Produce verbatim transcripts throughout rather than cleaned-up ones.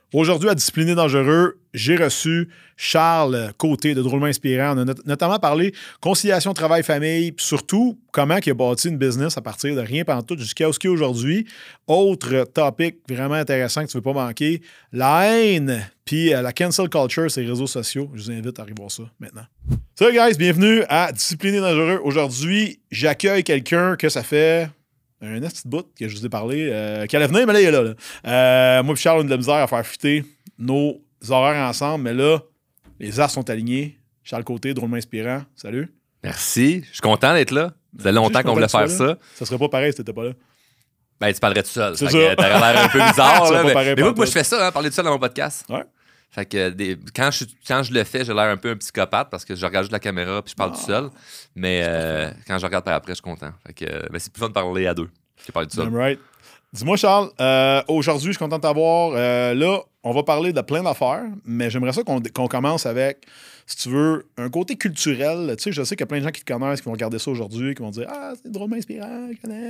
Aujourd'hui, à Discipliné Dangereux, j'ai reçu Charles Côté de Drôlement Inspirant. On a not- notamment parlé conciliation travail-famille, puis surtout comment il a bâti une business à partir de rien pantoute jusqu'à ce qu'il est aujourd'hui. Autre topic vraiment intéressant que tu ne veux pas manquer, la haine, puis euh, la cancel culture, ces réseaux sociaux. Je vous invite à aller voir ça maintenant. Salut guys, bienvenue à Discipliné Dangereux. Aujourd'hui, j'accueille quelqu'un que ça fait... un petit bout que je vous ai parlé, euh, qui allait venir, mais là, il est là. là. Euh, moi et Charles, on a de la misère à faire fitter nos horaires ensemble, mais là, les as sont alignés. Charles Côté, Drôlement Inspirant, salut. Merci, je suis content d'être là. Ça fait longtemps qu'on voulait faire ça. Ça serait pas pareil si t'étais pas là. Ben, tu parlerais tout seul. C'est ça. T'aurais l'air un peu bizarre. là, mais pareil, mais moi, moi, je fais ça, hein, parler tout seul dans mon podcast. Ouais. Fait que des, quand, je, quand je le fais, j'ai l'air un peu un psychopathe parce que je regarde juste la caméra puis je parle Ah. tout seul. Mais euh, quand je regarde par après, je suis content. Fait que euh, ben, c'est plus fun de parler à deux que parler tout seul. I'm right. Dis-moi, Charles, euh, aujourd'hui, je suis content de t'avoir. Euh, là, on va parler de plein d'affaires, mais j'aimerais ça qu'on, qu'on commence avec, si tu veux, un côté culturel. Tu sais, je sais qu'il y a plein de gens qui te connaissent, qui vont regarder ça aujourd'hui, qui vont dire « Ah, c'est drôlement inspirant, je connais. »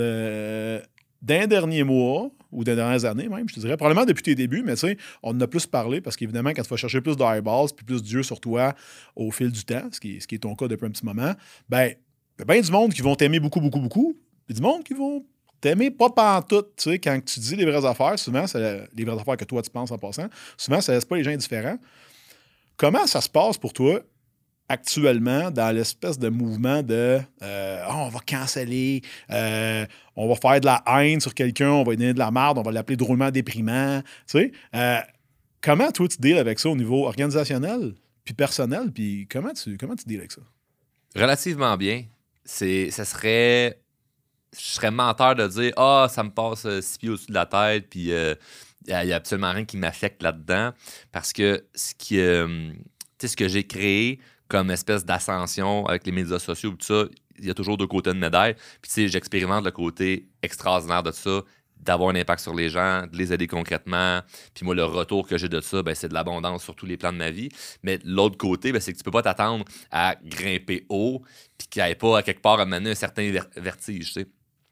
Euh, D'un dernier mois, ou des dernières années même, je te dirais, probablement depuis tes débuts, mais tu sais, on en a plus parlé parce qu'évidemment, quand tu vas chercher plus d'eyeballs puis plus d'yeux sur toi au fil du temps, ce qui est, ce qui est ton cas depuis un petit moment, ben, il y a bien du monde qui vont t'aimer beaucoup, beaucoup, beaucoup, puis du monde qui vont t'aimer pas pantoute, tu sais, quand tu dis les vraies affaires, souvent, c'est les vraies affaires que toi tu penses en passant, souvent, ça laisse pas les gens indifférents. Comment ça se passe pour toi actuellement dans l'espèce de mouvement de euh, oh, on va canceller, euh, on va faire de la haine sur quelqu'un, on va lui donner de la merde, on va l'appeler drôlement déprimant, tu sais. Euh, comment toi tu deals avec ça au niveau organisationnel puis personnel, puis comment tu, comment tu deals avec ça? Relativement bien. C'est, ça serait... Je serais menteur de dire « Ah, ça me passe euh, six pieds au-dessus de la tête, puis il euh, n'y a, a absolument rien qui m'affecte là-dedans. » Parce que ce, qui, euh, ce que j'ai créé comme espèce d'ascension avec les médias sociaux, tout ça, il y a toujours deux côtés de médaille. Puis tu sais, j'expérimente le côté extraordinaire de ça, d'avoir un impact sur les gens, de les aider concrètement. Puis moi, le retour que j'ai de ça, ben, c'est de l'abondance sur tous les plans de ma vie. Mais l'autre côté, ben, c'est que tu peux pas t'attendre à grimper haut puis qu'il n'y ait pas à quelque part à mener un certain ver- vertige, tu sais.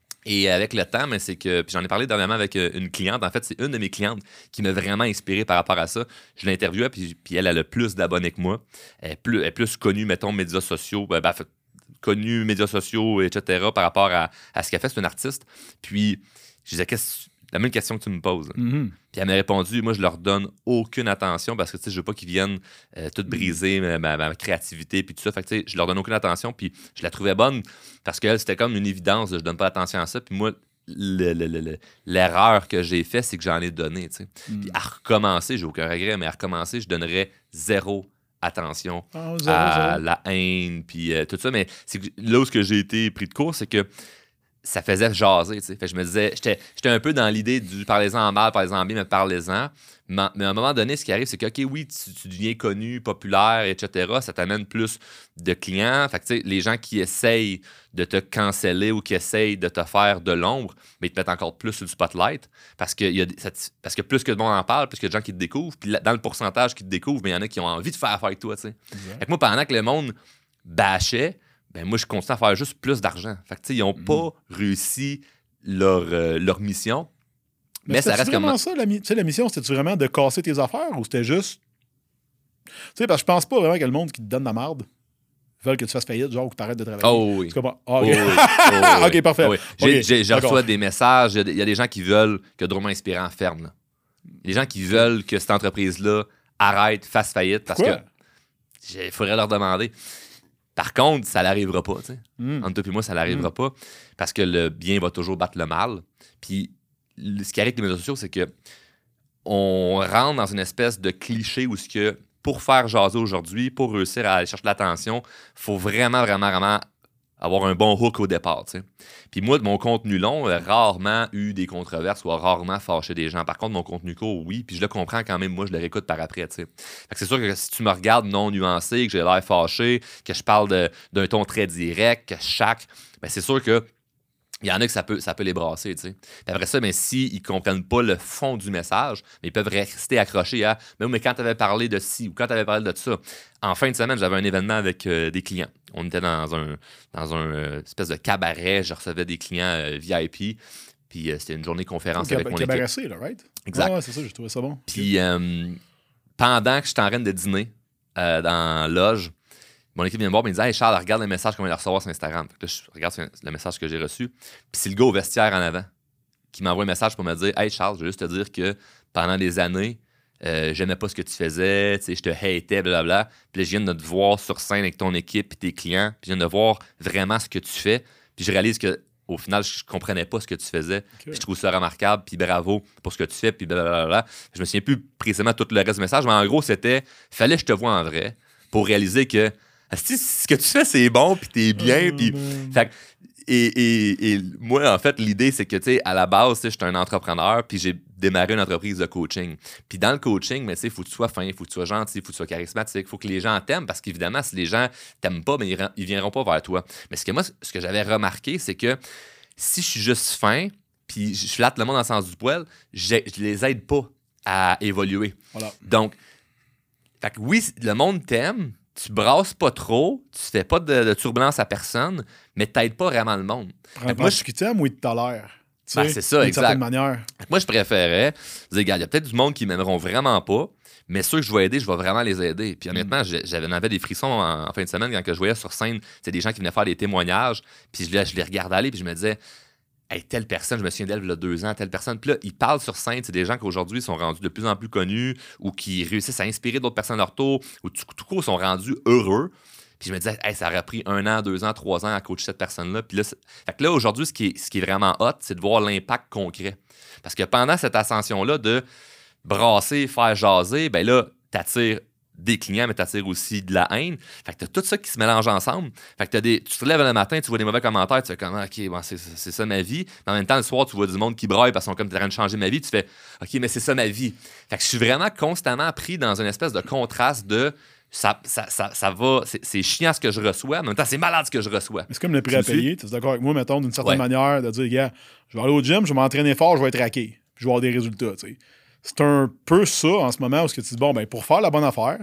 Et avec le temps, ben, c'est que, puis j'en ai parlé dernièrement avec une cliente, en fait, c'est une de mes clientes qui m'a vraiment inspiré par rapport à ça. Je l'ai interviewée, puis, puis elle, elle a plus d'abonnés que moi. Elle est plus, elle est plus connue, mettons, médias sociaux, ben, ben, connue médias sociaux, et cetera, par rapport à, à ce qu'elle fait. C'est une artiste. Puis, je disais, qu'est-ce, la même question que tu me poses. Mm-hmm. Puis elle m'a répondu, moi, je leur donne aucune attention parce que, tu sais, je veux pas qu'ils viennent euh, tout briser ma, ma, ma créativité puis tout ça. Fait que, tu sais, je leur donne aucune attention. Puis je la trouvais bonne parce qu'elle, c'était comme une évidence de je donne pas attention à ça. Puis moi, le, le, le, le, l'erreur que j'ai faite, c'est que j'en ai donné, tu sais. Mm. Puis à recommencer, j'ai aucun regret, mais à recommencer, je donnerais zéro attention Oh, zéro, à zéro. la haine puis euh, tout ça. Mais c'est que là où ce que j'ai été pris de court, c'est que ça faisait jaser, tu sais. Fait que je me disais, j'étais, j'étais un peu dans l'idée du parlez-en en mal, parlez-en en bien, mais parlez-en. Mais, mais à un moment donné, ce qui arrive, c'est que, OK, oui, tu, tu deviens connu, populaire, et cetera. Ça t'amène plus de clients. Fait que, tu sais, les gens qui essayent de te canceller ou qui essayent de te faire de l'ombre, mais ils te mettent encore plus sur le spotlight. Parce que, y a, ça, parce que plus que de monde en parle, plus que de gens qui te découvrent. Puis là, dans le pourcentage qui te découvrent, il y en a qui ont envie de faire affaire avec toi, tu sais. Fait que moi, pendant que le monde bâchait, ben moi, je continue à faire juste plus d'argent. Fait que, tu sais, ils n'ont Mm. pas réussi leur, euh, leur mission. Mais, Mais c'était ça reste vraiment comme... ça, la, mi- tu sais, la mission, c'était-tu vraiment de casser tes affaires ou c'était juste... Tu sais, parce que je pense pas vraiment que le monde qui te donne de la marde veulent que tu fasses faillite, genre, ou que tu arrêtes de travailler. Oh oui. Tu comprends? Ah, Oh, ok. oui. Oh, oui. Ok, parfait. Oh, oui. J'ai, Ok, j'ai, je d'accord. reçois des messages. Il y a des- il y a des gens qui veulent que Drôlement Inspirant ferme. Là. Les gens qui veulent que cette entreprise-là arrête, fasse faillite parce Pourquoi? que il faudrait leur demander. Par contre, ça n'arrivera pas. Tu sais. Mm. Entre toi et moi, ça n'arrivera Mm. pas parce que le bien va toujours battre le mal. Puis le- ce qui arrive avec les médias sociaux, c'est que on rentre dans une espèce de cliché où ce que pour faire jaser aujourd'hui, pour réussir à aller chercher l'attention, il faut vraiment, vraiment, vraiment avoir un bon hook au départ. Tu sais. Puis moi, de mon contenu long, a rarement eu des controverses ou a rarement fâché des gens. Par contre, mon contenu court, oui. Puis je le comprends quand même. Moi, je le réécoute par après. Tu sais. Fait que c'est sûr que si tu me regardes non nuancé, que j'ai l'air fâché, que je parle de, d'un ton très direct, que chaque... Ben c'est sûr que il y en a que ça peut, ça peut les brasser, tu sais. Puis après ça, ben, s'ils ne comprennent pas le fond du message, mais ils peuvent rester accrochés à « Mais, mais quand tu avais parlé de ci ou quand tu avais parlé de ça. » En fin de semaine, j'avais un événement avec euh, des clients. On était dans un, dans un euh, espèce de cabaret. Je recevais des clients euh, V I P. Puis euh, c'était une journée conférence Cab- avec mon cabaret équipe. C, là, right? Exact. Ah ouais, c'est ça, j'ai trouvé ça bon. Puis euh, pendant que j'étais en train de dîner euh, dans la loge, mon équipe vient me voir et me dit « Hey Charles, regarde le message qu'on vient de recevoir sur Instagram. » Fait que là, je regarde le message que j'ai reçu. Puis c'est le gars au vestiaire en avant qui m'envoie un message pour me dire « Hey Charles, je veux juste te dire que pendant des années, euh, j'aimais pas ce que tu faisais, je te hatais, blablabla. Puis là, je viens de te voir sur scène avec ton équipe et tes clients. Puis je viens de voir vraiment ce que tu fais. Puis je réalise que au final, je comprenais pas ce que tu faisais. Okay. Puis je trouve ça remarquable. Puis bravo pour ce que tu fais. Puis blablabla. Je me souviens plus précisément tout le reste du message, mais en gros, c'était fallait que je te voie en vrai pour réaliser que ce que tu fais, c'est bon, puis t'es bien. Oh, puis, fait, et, et, et moi, en fait, l'idée, c'est que, tu sais, à la base, je suis un entrepreneur, puis j'ai démarré une entreprise de coaching. Puis dans le coaching, mais tu sais, il faut que tu sois fin, il faut que tu sois gentil, il faut que tu sois charismatique, il faut que les gens t'aiment, parce qu'évidemment, si les gens t'aiment pas, ben, ils, ils viendront pas vers toi. Mais ce que moi, ce que j'avais remarqué, c'est que si je suis juste fin, puis je flatte le monde dans le sens du poil, je les aide pas à évoluer. Voilà. Donc, fait que oui, le monde t'aime, tu brasses pas trop, tu fais pas de, de turbulence à personne, mais t'aides pas vraiment le monde. Moi, je qui t'aime ou il te tolère. Ben, c'est ça, exact. Manière. Moi, je préférais dire, regarde, il y a peut-être du monde qui m'aimeront vraiment pas, mais ceux que je vais aider, je vais vraiment les aider. Puis honnêtement, mm. j'avais avait des frissons en, en fin de semaine quand que je voyais sur scène, c'est des gens qui venaient faire des témoignages, puis je, je les regardais aller, puis je me disais, hey, telle personne, je me souviens d'elle il y a deux ans, telle personne. Puis là, ils parlent sur scène. C'est des gens qui aujourd'hui sont rendus de plus en plus connus ou qui réussissent à inspirer d'autres personnes à leur tour ou tout, tout court sont rendus heureux. Puis je me disais, hey, ça aurait pris un an, deux ans, trois ans à coacher cette personne-là. Puis là, fait que là, aujourd'hui, ce qui est, ce qui est vraiment hot, c'est de voir l'impact concret. Parce que pendant cette ascension-là de brasser, faire jaser, ben là, t'attires des clients, mais t'attires aussi de la haine. Fait que t'as tout ça qui se mélange ensemble. Fait que t'as des, tu te lèves le matin, tu vois des mauvais commentaires, tu fais comme, OK, bon, c'est, c'est ça ma vie. Mais en même temps, le soir, tu vois du monde qui braille parce qu'ils sont comme, t'es en train de changer ma vie. Tu fais, OK, mais c'est ça ma vie. Fait que je suis vraiment constamment pris dans une espèce de contraste de, ça, ça, ça, ça va, c'est, c'est chiant ce que je reçois, mais en même temps, c'est malade ce que je reçois. C'est comme le prix à payer. Tu es d'accord avec moi, mettons, d'une certaine ouais. manière, de dire, gars, je vais aller au gym, je vais m'entraîner fort, je vais être raqué, puis je vais avoir des résultats, tu sais. C'est un peu ça en ce moment où tu te dis, bon, ben, pour faire la bonne affaire,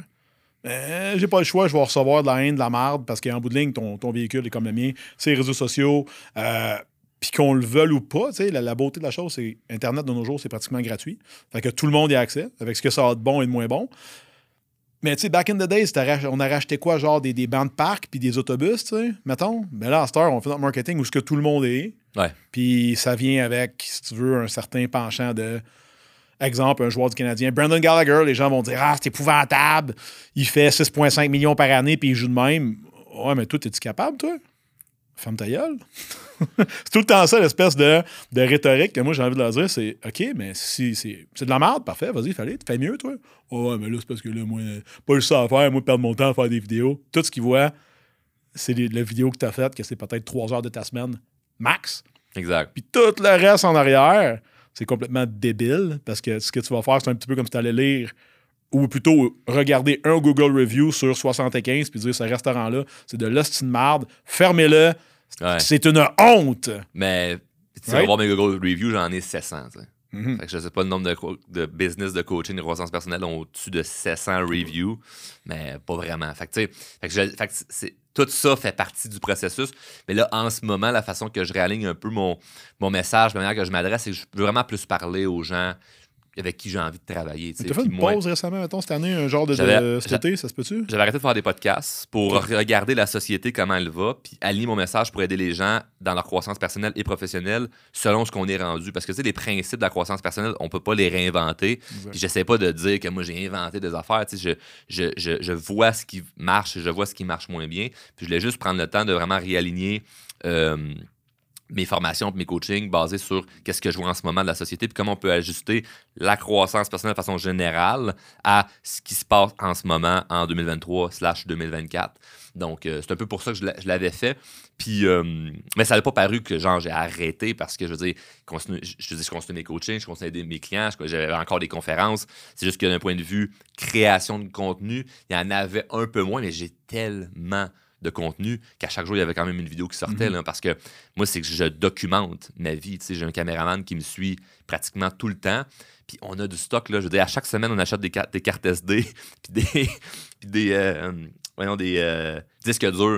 Euh, j'ai pas le choix, je vais recevoir de la haine, de la merde, parce qu'en bout de ligne, ton, ton véhicule est comme le mien, c'est les réseaux sociaux, euh, puis qu'on le veuille ou pas, la, la beauté de la chose, c'est Internet de nos jours, c'est pratiquement gratuit. Fait que tout le monde y a accès, avec ce que ça a de bon et de moins bon. Mais tu sais, back in the days, on a racheté quoi, genre des, des bancs de parc puis des autobus, tu sais, mettons. Mais là, à cette heure, on fait notre marketing où ce que tout le monde est. Ouais. Puis ça vient avec, si tu veux, un certain penchant de... Exemple, un joueur du Canadien, Brendan Gallagher, les gens vont dire « Ah, c'est épouvantable, il fait six virgule cinq millions par année puis il joue de même. » Ouais, mais toi, es-tu capable, toi? Ferme ta gueule. C'est tout le temps ça, l'espèce de, de rhétorique que moi, j'ai envie de leur dire, c'est « OK, mais si c'est, c'est de la merde, parfait, vas-y, fallait, fais mieux, toi. » Oh, ouais, mais là, c'est parce que là, moi, pas le ça à faire, moi, perdre mon temps à faire des vidéos. Tout ce qu'ils voient, c'est les, la vidéo que tu as faite, que c'est peut-être trois heures de ta semaine, max. Exact. Puis tout le reste en arrière... C'est complètement débile parce que ce que tu vas faire, c'est un petit peu comme si tu allais lire ou plutôt regarder un Google Review sur soixante-quinze puis dire ce restaurant-là, c'est de l'hostie de marde, fermez-le, ouais. C'est une honte. Mais tu vas right? voir mes Google Reviews, j'en ai sept cents. Mm-hmm. Fait que je ne sais pas le nombre de, de business de coaching de croissance personnelle ont au-dessus de sept cents reviews, mais pas vraiment. Fait que, fait que, je, fait que c'est, tout ça fait partie du processus. Mais là, en ce moment, la façon que je réaligne un peu mon, mon message, la manière que je m'adresse, c'est que je veux vraiment plus parler aux gens avec qui j'ai envie de travailler. Tu as fait une moi, pause récemment, mettons, cette année, un genre de, de cet été, ça se peut-tu? J'avais arrêté de faire des podcasts pour okay. regarder la société, comment elle va, puis aligner mon message pour aider les gens dans leur croissance personnelle et professionnelle selon ce qu'on est rendu. Parce que, tu sais, les principes de la croissance personnelle, on peut pas les réinventer. Puis j'essaie pas de dire que moi, j'ai inventé des affaires. Tu sais, je, je, je, je vois ce qui marche, je vois ce qui marche moins bien. Puis je voulais juste prendre le temps de vraiment réaligner... Euh, mes formations et mes coachings basés sur qu'est-ce que je vois en ce moment de la société puis comment on peut ajuster la croissance personnelle de façon générale à ce qui se passe en ce moment en deux mille vingt-trois slash deux mille vingt-quatre. Donc, euh, c'est un peu pour ça que je l'avais fait. Puis, euh, mais ça n'a pas paru que genre j'ai arrêté parce que je veux dire, continue, je, je, je continue mes coachings, je continue à aider mes clients, j'avais encore des conférences. C'est juste que d'un point de vue création de contenu, il y en avait un peu moins, mais j'ai tellement de contenu qu'à chaque jour, il y avait quand même une vidéo qui sortait. Mm-hmm. Là, parce que moi, c'est que je documente ma vie. J'ai un caméraman qui me suit pratiquement tout le temps. Puis on a du stock. Là, je veux dire, à chaque semaine, on achète des, car- des cartes S D puis des, puis des, euh, voyons, des euh, disques durs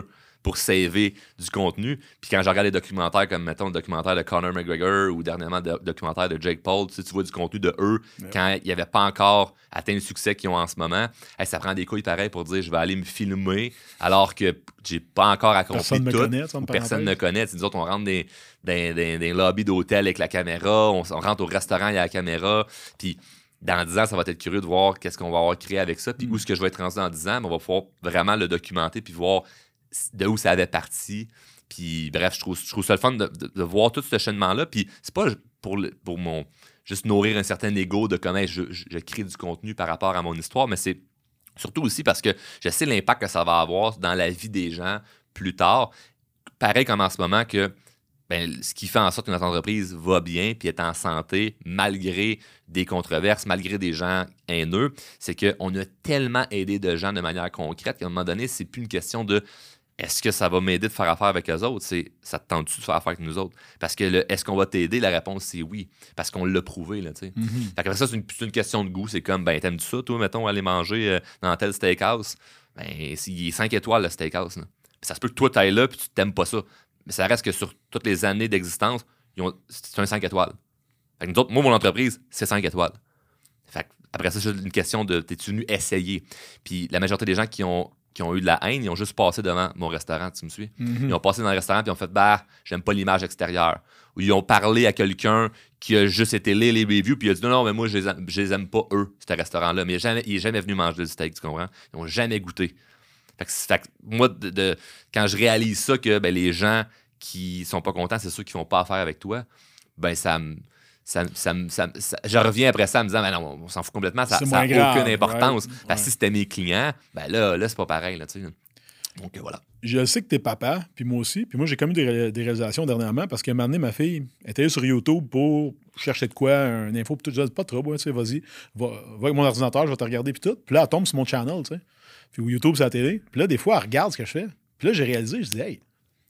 pour saver du contenu. Puis quand je regarde les documentaires, comme mettons le documentaire de Conor McGregor ou dernièrement le documentaire de Jake Paul, tu sais, tu vois du contenu de eux ouais. quand ils n'avaient pas encore atteint le succès qu'ils ont en ce moment. Hey, ça prend des couilles pareilles pour dire je vais aller me filmer alors que j'ai pas encore accompli personne tout. Me connaît, personne ne connaît. Nous autres, on rentre dans des, des, des lobbies d'hôtel avec la caméra, on, on rentre au restaurant, il y a la caméra. Puis dans dix ans, ça va être curieux de voir qu'est-ce qu'on va avoir créé avec ça, puis mm. où est-ce que je vais être rendu dans dix ans, mais on va pouvoir vraiment le documenter, puis voir de où ça avait parti. Puis bref, je trouve, je trouve ça le fun de, de, de voir tout ce cheminement-là. Puis c'est pas pour, le, pour mon juste nourrir un certain ego de comment je, je, je crée du contenu par rapport à mon histoire, mais c'est surtout aussi parce que je sais l'impact que ça va avoir dans la vie des gens plus tard. Pareil comme en ce moment que ben, ce qui fait en sorte que notre entreprise va bien puis est en santé malgré des controverses, malgré des gens haineux, c'est qu'on a tellement aidé de gens de manière concrète qu'à un moment donné, c'est plus une question de est-ce que ça va m'aider de faire affaire avec eux autres? C'est ça te tente-tu de faire affaire avec nous autres? Parce que le est-ce qu'on va t'aider? La réponse, c'est oui. Parce qu'on l'a prouvé, là, tu sais. Mm-hmm. Fait qu'après ça, c'est une, c'est une question de goût. C'est comme, ben, t'aimes-tu ça, toi, mettons, aller manger euh, dans tel steakhouse? Ben, il est cinq étoiles, le steakhouse, là. Puis ça se peut que toi, t'ailles là puis tu t'aimes pas ça. Mais ça reste que sur toutes les années d'existence, ils ont, c'est un cinq étoiles. Fait que nous autres, moi, mon entreprise, c'est cinq étoiles. Fait que après ça, c'est une question de t'es-tu venu essayer? Puis la majorité des gens qui ont, qui ont eu de la haine, ils ont juste passé devant mon restaurant, tu me suis? Mm-hmm. Ils ont passé dans le restaurant puis ils ont fait bah, j'aime pas l'image extérieure. Ou ils ont parlé à quelqu'un qui a juste été lire les reviews puis il a dit non, non, mais moi, je les, aime, je les aime pas, eux, ce restaurant-là. Mais il est jamais, il est jamais venu manger du steak, tu comprends? Ils n'ont jamais goûté. Fait que, fait que moi, de, de, quand je réalise ça, que ben, les gens qui sont pas contents, c'est ceux qui font pas affaire avec toi, ben ça me. Ça, ça, ça, ça, je reviens après ça en me disant, ben non, on s'en fout complètement, ça n'a aucune importance. Right? Parce que ouais. si c'était mes clients, ben là, là c'est pas pareil. Là, donc voilà. Je sais que t'es papa, puis moi aussi. Puis moi, j'ai commis des, ré- des réalisations dernièrement parce qu'à un moment donné, ma fille était allée sur YouTube pour chercher de quoi, une info, puis tout. Je dis, pas trop, ouais, tu sais, vas-y, va, va avec mon ordinateur, je vais te regarder, puis tout. Puis là, elle tombe sur mon channel, tu sais. Puis YouTube, c'est la télé. Puis là, des fois, elle regarde ce que je fais. Puis là, j'ai réalisé, je dis, hey,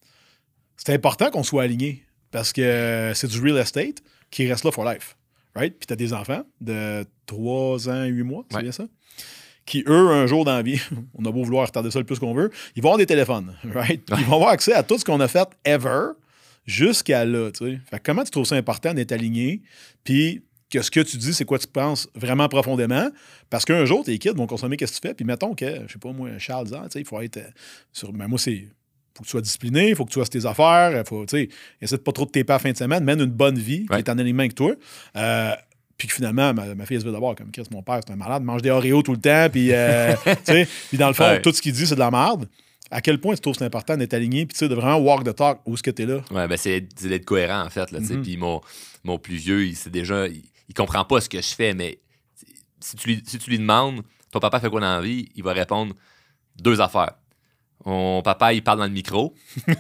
c'est important qu'on soit aligné parce que c'est du real estate qui reste là for life, right? Puis t'as des enfants de trois ans, huit mois, c'est ouais. bien ça? Qui, eux, un jour dans la vie, on a beau vouloir retarder ça le plus qu'on veut, ils vont avoir des téléphones, right? Ils vont avoir accès à tout ce qu'on a fait ever jusqu'à là, tu sais. Fait que comment tu trouves ça important d'être aligné, puis que ce que tu dis, c'est quoi tu penses vraiment profondément, parce qu'un jour, tes kids vont consommer qu'est-ce que tu fais, puis mettons que, je sais pas moi, Charles disant, tu sais, il faut être sur... Ben moi, c'est... Faut que tu sois discipliné, il faut que tu sois sur tes affaires, faut, tu sais, essaie de pas trop de taper à la fin de semaine, mène une bonne vie ouais. qui est en alignement avec toi. Euh, puis que finalement, ma, ma fille, elle se veut d'abord comme Chris, mon père, c'est un malade, mange des Oreos tout le temps, puis euh, tu sais, puis dans le fond, ouais. tout ce qu'il dit, c'est de la merde. À quel point tu trouves que c'est important d'être aligné, puis tu sais, de vraiment walk the talk, où est-ce que t'es là? Ouais, ben c'est, c'est d'être cohérent, en fait, là, tu sais. Mm-hmm. Puis mon, mon plus vieux, il, c'est déjà, il, il comprend pas ce que je fais, mais si tu lui, si tu lui demandes, ton papa fait quoi dans la vie, il va répondre deux affaires. Mon papa, il parle dans le micro.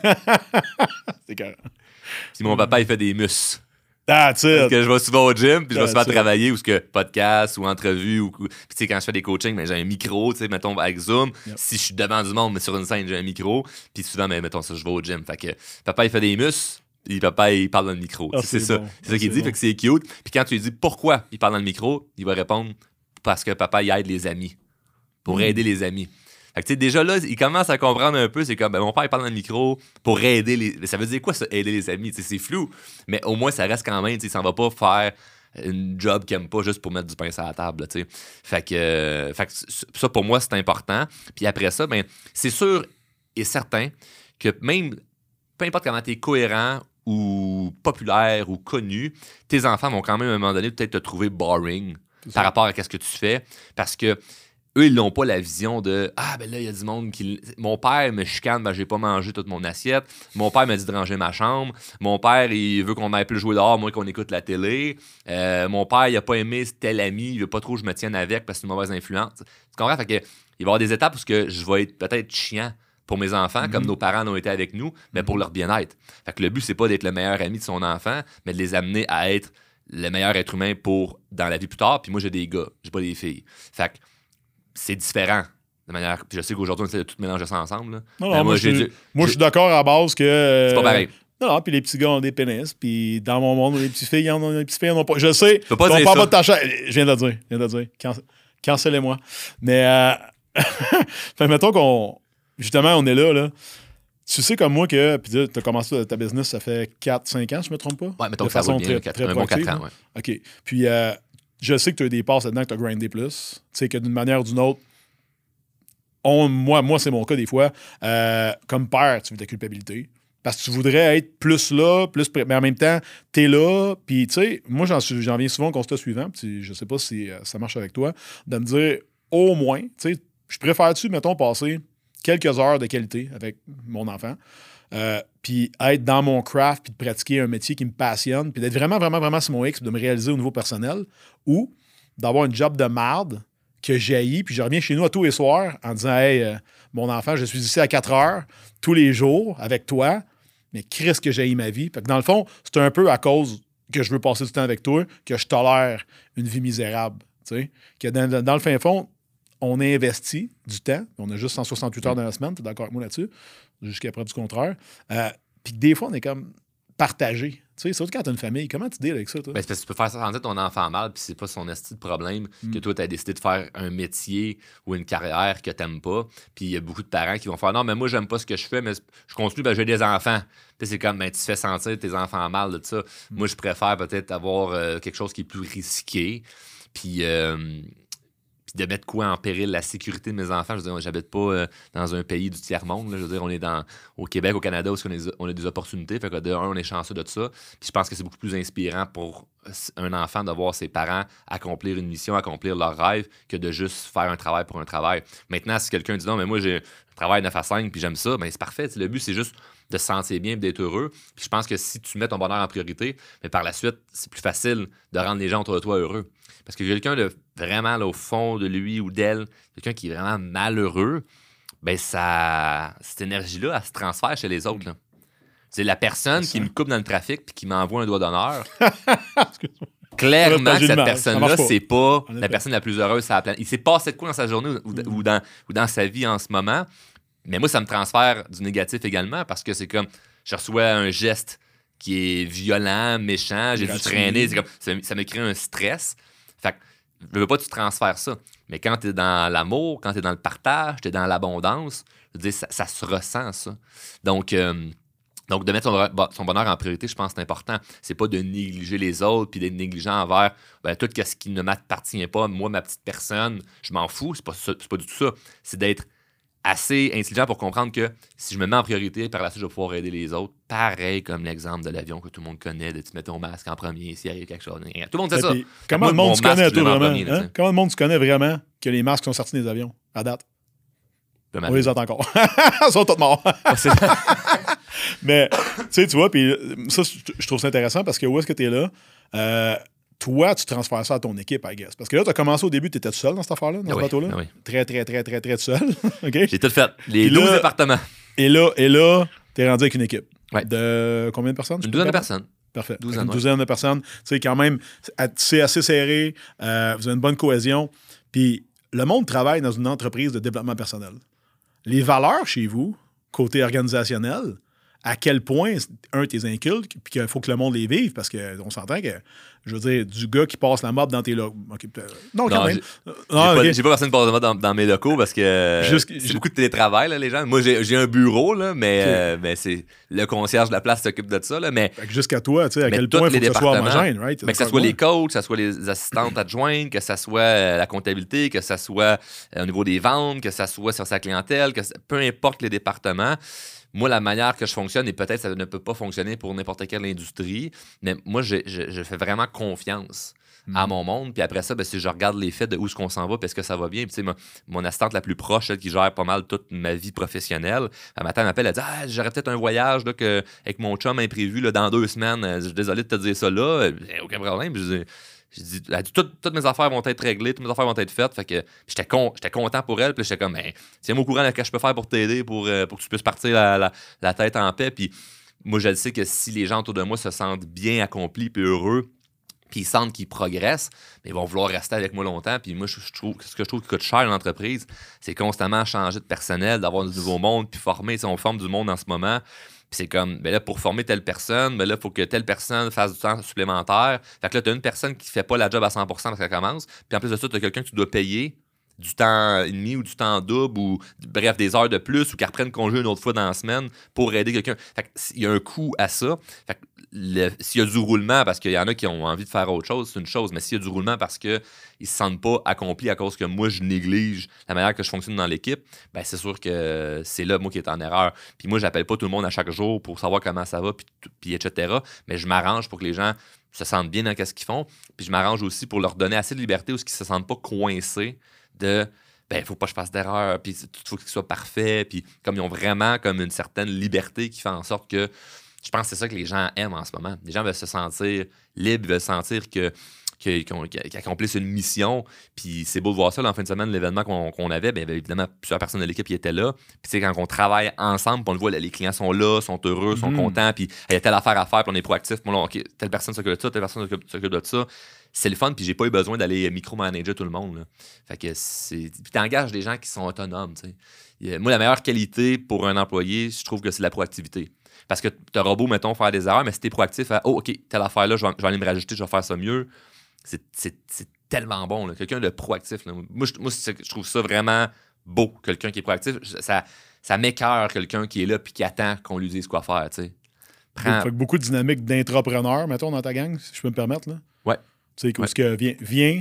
C'est carré. Puis mon papa, il fait des muscles. That's it. Parce que je vais souvent au gym, puis je vais souvent travailler, ou ce que podcast, ou entrevue, ou... Puis tu sais, quand je fais des coachings, ben, j'ai un micro, tu sais, mettons, avec Zoom. Yep. Si je suis devant du monde, mais sur une scène, j'ai un micro. Puis souvent, ben, mettons ça, je vais au gym. Fait que papa, il fait des muscles, puis papa, il parle dans le micro. Oh, c'est, c'est ça. Bon. C'est ça oh, qu'il dit, bon. Fait que c'est cute. Puis quand tu lui dis pourquoi il parle dans le micro, il va répondre parce que papa, il aide les amis. Pour mm. aider les amis. Fait que, tu sais, déjà là, il commence à comprendre un peu. C'est comme, ben, mon père, il parle dans le micro pour aider les... Ça veut dire quoi, ça, aider les amis? T'sais, c'est flou. Mais au moins, ça reste quand même, tu sais, il s'en va pas faire une job qu'il aime pas juste pour mettre du pain sur la table, tu sais. Fait que, euh, fait que ça, pour moi, c'est important. Puis après ça, ben, c'est sûr et certain que même, peu importe comment t'es cohérent ou populaire ou connu, tes enfants vont quand même, à un moment donné, peut-être te trouver boring par rapport à ce que tu fais. Parce que eux, ils n'ont pas la vision de « Ah, ben là, il y a du monde qui... Mon père me chicane, ben j'ai pas mangé toute mon assiette. Mon père m'a dit de ranger ma chambre. Mon père, il veut qu'on aille plus jouer dehors, moi, qu'on écoute la télé. Euh, mon père, il a pas aimé tel ami. Il veut pas trop que je me tienne avec parce que c'est une mauvaise influence. » Tu comprends? Fait que, il va y avoir des étapes où que je vais être peut-être chiant pour mes enfants, mm-hmm. comme nos parents l'ont été avec nous, mais mm-hmm. pour leur bien-être. Fait que le but, c'est pas d'être le meilleur ami de son enfant, mais de les amener à être le meilleur être humain pour dans la vie plus tard. Puis moi, j'ai des gars, j'ai pas des filles. Fait que c'est différent de manière. Puis je sais qu'aujourd'hui, on essaie de tout mélanger ça ensemble. Là. Non, non, moi, moi, j'ai, j'ai, moi je suis d'accord à la base que. Euh, c'est pas pareil. Non, non, puis les petits gars ont des pénis, puis dans mon monde, les petites filles en ont, les petites filles en ont pas. Je sais. Tu peux pas dire pas ça. De ta chaîne. Je viens de le dire. Je viens de le dire. Can... Cancellez-moi. Mais, euh... fait, mettons qu'on. Justement, on est là, là. Tu sais comme moi que puis tu as commencé ta business, ça fait quatre cinq ans, si je me trompe pas? Ouais, mettons de que ça façon va bien, très, là, quatre- très un bon proactive, quatre ans, là. ouais. OK. Puis euh, je sais que tu as des passes là-dedans que tu as grindé plus. Tu sais que d'une manière ou d'une autre, on, moi, moi c'est mon cas des fois, euh, comme père, tu veux ta culpabilité. Parce que tu voudrais être plus là, plus pré- mais en même temps, t'es là, puis tu sais, moi j'en, suis- j'en viens souvent au constat suivant, puis je sais pas si euh, ça marche avec toi, de me dire au moins, tu sais, je préfère-tu, mettons, passer quelques heures de qualité avec mon enfant, euh, puis être dans mon craft, puis de pratiquer un métier qui me passionne, puis d'être vraiment, vraiment, vraiment sur mon X, puis de me réaliser au niveau personnel, ou d'avoir une job de marde que j'haïs, puis je reviens chez nous à tous les soirs en disant Hey, euh, mon enfant, je suis ici à quatre heures tous les jours avec toi, mais Christ que j'haïs ma vie. Fait que dans le fond, c'est un peu à cause que je veux passer du temps avec toi que je tolère une vie misérable. Tu sais? Que dans, dans le fin fond, on a investi du temps, on a juste cent soixante-huit heures dans la semaine, tu es d'accord avec moi là-dessus, jusqu'à preuve du contraire. Euh, puis que des fois, on est comme partagé. Tu sais, surtout quand tu as une famille, comment tu deals avec ça, toi? Ben, c'est parce que tu peux faire sentir ton enfant mal, puis c'est pas son esti de problème Mm. que toi, tu as décidé de faire un métier ou une carrière que t'aimes pas. Puis il y a beaucoup de parents qui vont faire non, mais moi, j'aime pas ce que je fais, mais je continue, ben, j'ai des enfants. Puis c'est comme, ben, tu fais sentir tes enfants mal de ça. Mm. Moi, je préfère peut-être avoir euh, quelque chose qui est plus risqué. Puis. Euh, Puis de mettre quoi en péril la sécurité de mes enfants. Je veux dire, j'habite pas euh, dans un pays du tiers-monde. Là. Je veux dire, on est dans, au Québec, au Canada, où on, est, on a des opportunités. Fait que de un, on est chanceux de ça. Puis je pense que c'est beaucoup plus inspirant pour un enfant de voir ses parents accomplir une mission, accomplir leur rêve, que de juste faire un travail pour un travail. Maintenant, si quelqu'un dit non, mais moi, j'ai un travail neuf à cinq puis j'aime ça, bien, c'est parfait. T'sais, le but, c'est juste de se sentir bien et d'être heureux. Puis je pense que si tu mets ton bonheur en priorité, mais par la suite, c'est plus facile de rendre les gens autour de toi heureux. Parce que quelqu'un de vraiment là, au fond de lui ou d'elle, quelqu'un qui est vraiment malheureux, ben ça, cette énergie-là, elle se transfère chez les autres. Là. C'est la personne qui me coupe dans le trafic puis qui m'envoie un doigt d'honneur. Clairement, cette personne-là, c'est pas la personne la plus heureuse sur la planète. Il s'est passé de quoi dans sa journée ou, ou, ou, dans, ou dans sa vie en ce moment. Mais moi, ça me transfère du négatif également parce que c'est comme, je reçois un geste qui est violent, méchant, j'ai dû traîner, c'est comme, ça, ça me crée un stress. Fait que, je veux pas que tu transfères ça. Mais quand tu es dans l'amour, quand tu es dans le partage, tu es dans l'abondance, je veux dire, ça, ça se ressent, ça. Donc, euh, donc de mettre son, son bonheur en priorité, je pense que c'est important. C'est pas de négliger les autres puis d'être négligent envers ben, tout ce qui ne m'appartient pas. Moi, ma petite personne, je m'en fous. C'est pas, ça, c'est pas du tout ça. C'est d'être assez intelligent pour comprendre que si je me mets en priorité, par la suite, je vais pouvoir aider les autres. Pareil comme l'exemple de l'avion que tout le monde connaît, de tu mets ton masque en premier s'il arrive quelque chose. Tout le monde sait ça. Comment moi, le monde tu connaît, toi, vraiment? Premier, hein? Comment le monde tu connais vraiment que les masques sont sortis des avions, à date? On les entend encore. Ils sont tous morts. Mais, tu sais, tu vois, puis ça, je trouve ça intéressant parce que où est-ce que tu es là? Euh, toi, tu transfères ça à ton équipe, I guess. Parce que là, tu as commencé au début, tu étais tout seul dans cette affaire-là, dans oui, ce bateau-là? Oui. Très, très, très, très, très tout seul. Okay? J'ai tout fait. Les douze départements. Et là, et là tu es rendu avec une équipe. Ouais. De combien de personnes? Une douzaine de personnes. Parfait. Douzaine, une douzaine ouais. de personnes. Tu sais, quand même, c'est assez serré. Euh, vous avez une bonne cohésion. Puis le monde travaille dans une entreprise de développement personnel. Les valeurs chez vous, côté organisationnel, à quel point, un, t'es inculques, puis qu'il faut que le monde les vive, parce qu'on s'entend que, je veux dire, du gars qui passe la mop dans tes locaux. Okay, non, quand non, même. J'ai, non, j'ai, okay. pas, j'ai pas personne qui passe la mop dans, dans mes locaux parce que Jusqu'... c'est beaucoup de télétravail, là, les gens. Moi, j'ai, j'ai un bureau, là, mais, okay. euh, mais c'est le concierge de la place qui s'occupe de ça. Là, mais, jusqu'à toi, tu sais, à quel point il faut que ça soit homogène, right? Mais que ce soit les coachs, que ce soit les assistantes adjointes, que ce soit euh, la comptabilité, que ce soit euh, au niveau des ventes, que ce soit sur sa clientèle, que peu importe les départements. Moi, la manière que je fonctionne, et peut-être ça ne peut pas fonctionner pour n'importe quelle industrie, mais moi, je, je, je fais vraiment confiance mmh. à mon monde. Puis après ça, ben, si je regarde les faits de où est-ce qu'on s'en va, puis est-ce que ça va bien. Puis, tu sais, mon assistante la plus proche, elle qui gère pas mal toute ma vie professionnelle, un matin, elle m'appelle, elle dit ah, j'aurais peut-être un voyage là, que, avec mon chum imprévu là, dans deux semaines. Je suis désolé de te dire ça là. Aucun problème. Puis, je dis, J'ai dit, elle dit toutes, toutes mes affaires vont être réglées, toutes mes affaires vont être faites. Fait que j'étais, con, j'étais content pour elle. Puis j'étais comme, ben, tiens-moi au courant de ce que je peux faire pour t'aider, pour, euh, pour que tu puisses partir la, la, la tête en paix. Puis moi, je le sais que si les gens autour de moi se sentent bien accomplis puis heureux, puis ils sentent qu'ils progressent, mais ils vont vouloir rester avec moi longtemps. Puis moi, je, je trouve, ce que je trouve qui coûte cher à l'entreprise, c'est constamment changer de personnel, d'avoir du nouveau monde, puis former. Tu sais, on forme du monde en ce moment. Puis c'est comme, ben là, pour former telle personne, ben là, il faut que telle personne fasse du temps supplémentaire. Fait que là, tu as une personne qui ne fait pas la job à cent pour cent parce qu'elle commence. Puis en plus de ça, tu as quelqu'un que tu dois payer du temps et demi ou du temps double ou bref, des heures de plus ou qu'ils reprennent congé une autre fois dans la semaine pour aider quelqu'un. Fait que il y a un coût à ça. Fait que le, s'il y a du roulement parce qu'il y en a qui ont envie de faire autre chose, c'est une chose, mais s'il y a du roulement parce qu'ils ne se sentent pas accomplis à cause que moi, je néglige la manière que je fonctionne dans l'équipe, ben c'est sûr que c'est là, moi, qui est en erreur. Puis moi, j'appelle pas tout le monde à chaque jour pour savoir comment ça va, puis, puis et cetera. Mais je m'arrange pour que les gens se sentent bien dans ce qu'ils font. Puis je m'arrange aussi pour leur donner assez de liberté où ils ne se sentent pas coincés de ben, il faut pas que je fasse d'erreur, puis il faut que ce soit parfait. Puis comme ils ont vraiment comme une certaine liberté qui fait en sorte que je pense que c'est ça que les gens aiment en ce moment. Les gens veulent se sentir libres, veulent sentir que, que, qu'ils, qu'ils accomplissent une mission. Puis c'est beau de voir ça. Là, en fin de semaine, l'événement qu'on, qu'on avait, bien, évidemment, plusieurs personnes de l'équipe qui étaient là. Puis c'est quand on travaille ensemble, puis on le voit, là, les clients sont là, sont heureux, sont mm-hmm. contents, puis il y a telle affaire à faire, puis on est proactif. Puis on, OK, telle personne s'occupe de ça, telle personne s'occupe, s'occupe de ça. C'est le fun, puis j'ai pas eu besoin d'aller micromanager tout le monde. Là. Fait que c'est... Puis t'engages des gens qui sont autonomes, tu sais. Moi, la meilleure qualité pour un employé, je trouve que c'est la proactivité. Parce que tu auras beau, mettons, faire des erreurs, mais si t'es proactif à « Oh, OK, telle affaire-là, je vais, je vais aller me rajouter, je vais faire ça mieux », c'est, c'est, c'est tellement bon. Là. Quelqu'un de proactif. Là. Moi, je, moi, je trouve ça vraiment beau, quelqu'un qui est proactif. Ça, ça m'écœure, quelqu'un qui est là et qui attend qu'on lui dise quoi faire, tu sais. Prends... Fait que beaucoup de dynamique d'intrapreneur, mettons, dans ta gang, si je peux me permettre. Là. Ouais. Tu sais, ouais. que viens, viens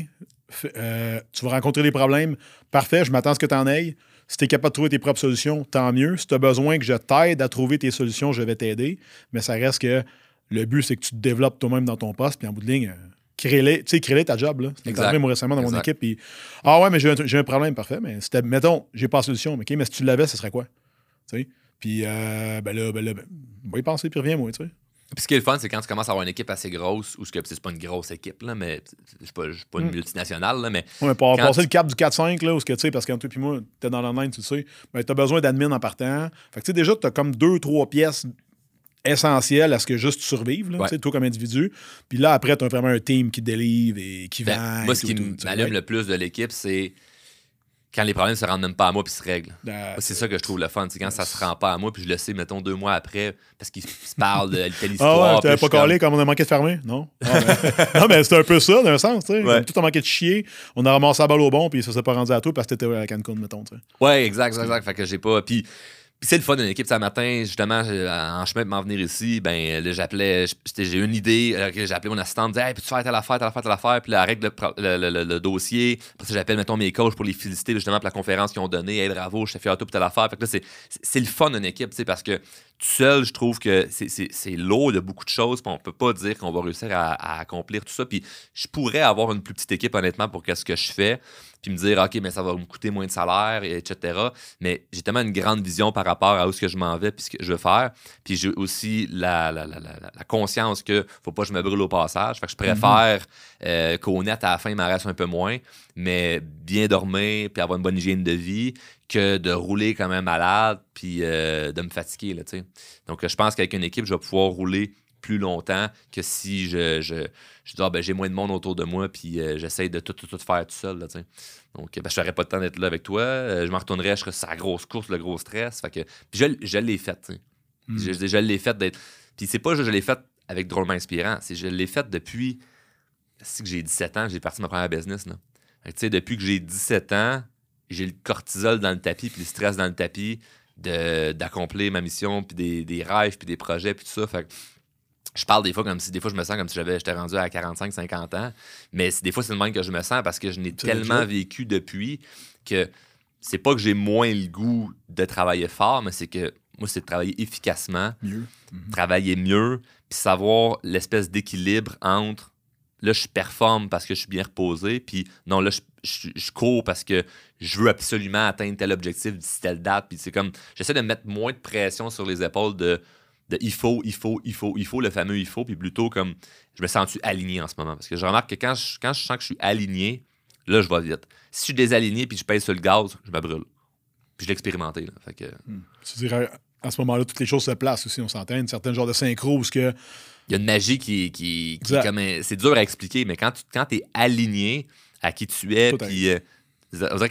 euh, tu vas rencontrer des problèmes. Parfait, je m'attends à ce que tu en ailles. Si tu es capable de trouver tes propres solutions, tant mieux. Si tu as besoin que je t'aide à trouver tes solutions, je vais t'aider. Mais ça reste que le but, c'est que tu te développes toi-même dans ton poste. Puis en bout de ligne, euh, crée-les, tu sais, crée-les ta job. Là. C'est arrivé moi récemment dans exact. Mon équipe. Puis, ah ouais, mais j'ai un, j'ai un problème, parfait. Mais c'était, mettons, j'ai pas la solution. Mais, okay, mais si tu l'avais, ce serait quoi? Tu sais? Puis euh, ben là, ben là, ben, va y penser, puis reviens-moi, tu sais. Puis ce qui est le fun, c'est quand tu commences à avoir une équipe assez grosse, ou ce que c'est pas une grosse équipe, là, mais je suis pas, pas une mm. multinationale, là, mais. Ouais, pour avoir passé tu... le cap du quatre cinq, là, où ce que tu sais, parce que toi puis moi, t'es dans l'online, tu sais, ben, t'as besoin d'admin en partant. Fait que tu sais, déjà, t'as comme deux, trois pièces essentielles à ce que juste tu survives, là, ouais. toi comme individu. Puis là, après, t'as vraiment un team qui délivre et qui ben, vend. Moi, ce tout, qui tout, m'allume ouais. le plus de l'équipe, c'est quand les problèmes se rendent même pas à moi puis se règlent. Euh, c'est ça que je trouve le fun. C'est quand ça se rend pas à moi puis je le sais, mettons, deux mois après parce qu'ils se parlent de telle histoire. Ah ouais, t'avais pas calé comme... comme on a manqué de fermer? Non? Ah, ben... non, mais c'est un peu ça, d'un sens, tu sais. Ouais. Tout a manqué de chier. On a ramassé la balle au bon puis ça s'est pas rendu à toi parce que t'étais à Cancun, mettons, tu sais. Ouais, exact, exact, exact. Fait que j'ai pas... Puis... Puis c'est le fun d'une équipe. Ce matin, justement, en chemin de m'en venir ici, ben là, j'appelais, j'ai eu une idée, j'ai appelé mon assistante, me disait, hey, peux-tu faire telle affaire, telle affaire, telle affaire, puis là, elle règle le, le, le, le dossier. Après ça, j'appelle, mettons, mes coachs pour les féliciter, justement, pour la conférence qu'ils ont donnée. Hey, bravo, je t'ai fait un tout pour telle affaire. Fait que là, c'est, c'est le fun d'une équipe, tu sais, parce que tout seul, je trouve que c'est, c'est, c'est lourd de beaucoup de choses, puis on peut pas dire qu'on va réussir à, à accomplir tout ça. Puis je pourrais avoir une plus petite équipe, honnêtement, pour qu'est-ce que je fais. Puis me dire, OK, mais ça va me coûter moins de salaire, et cetera. Mais j'ai tellement une grande vision par rapport à où ce que je m'en vais puis ce que je veux faire. Puis j'ai aussi la, la, la, la, la conscience que faut pas que je me brûle au passage. Fait que je préfère mm-hmm. euh, qu'au net, à la fin, il m'en reste un peu moins, mais bien dormir puis avoir une bonne hygiène de vie que de rouler quand même malade puis euh, de me fatiguer, là, tu sais. Donc, je pense qu'avec une équipe, je vais pouvoir rouler plus longtemps que si je, je, je dis, ah, ben, j'ai moins de monde autour de moi puis euh, j'essaye de tout, tout, tout faire tout seul. Là, donc, ben, je n'aurais pas le temps d'être là avec toi. Euh, je m'en retournerais, je serais sur la grosse course, le gros stress. Fait que, puis je, je l'ai fait. Mm. Je, je, je l'ai fait d'être. Puis c'est pas que je l'ai fait avec Drôlement Inspirant, c'est que je l'ai fait depuis c'est que j'ai dix-sept ans, j'ai parti ma première business. Là. Fait que, depuis que j'ai dix-sept ans, j'ai le cortisol dans le tapis puis le stress dans le tapis de, d'accomplir ma mission puis des, des rêves puis des projets puis tout ça. Fait que, je parle des fois comme si, des fois, je me sens comme si j'avais, j'étais rendu à quarante-cinq cinquante ans. Mais des fois, c'est le même que je me sens parce que je n'ai c'est tellement vécu depuis que c'est pas que j'ai moins le goût de travailler fort, mais c'est que moi, c'est de travailler efficacement, mieux. Mm-hmm. travailler mieux, puis savoir l'espèce d'équilibre entre là, je performe parce que je suis bien reposé, puis non, là, je, je, je cours parce que je veux absolument atteindre tel objectif d'ici telle date. Puis c'est comme, j'essaie de mettre moins de pression sur les épaules de. De il faut, il faut, il faut, il faut, le fameux il faut, puis plutôt comme je me sens-tu aligné en ce moment. Parce que je remarque que quand je, quand je sens que je suis aligné, là, je vais vite. Si je suis désaligné puis je pèse sur le gaz, je me brûle. Puis je l'ai expérimenté. Là, fait que... hmm. Tu dirais, à ce moment-là, toutes les choses se placent aussi, on s'entend, une certaine genre de synchro où ce que... Il y a une magie qui, qui, qui est comme un... C'est dur à expliquer, mais quand tu quand es aligné à qui tu es, puis euh, on dirait que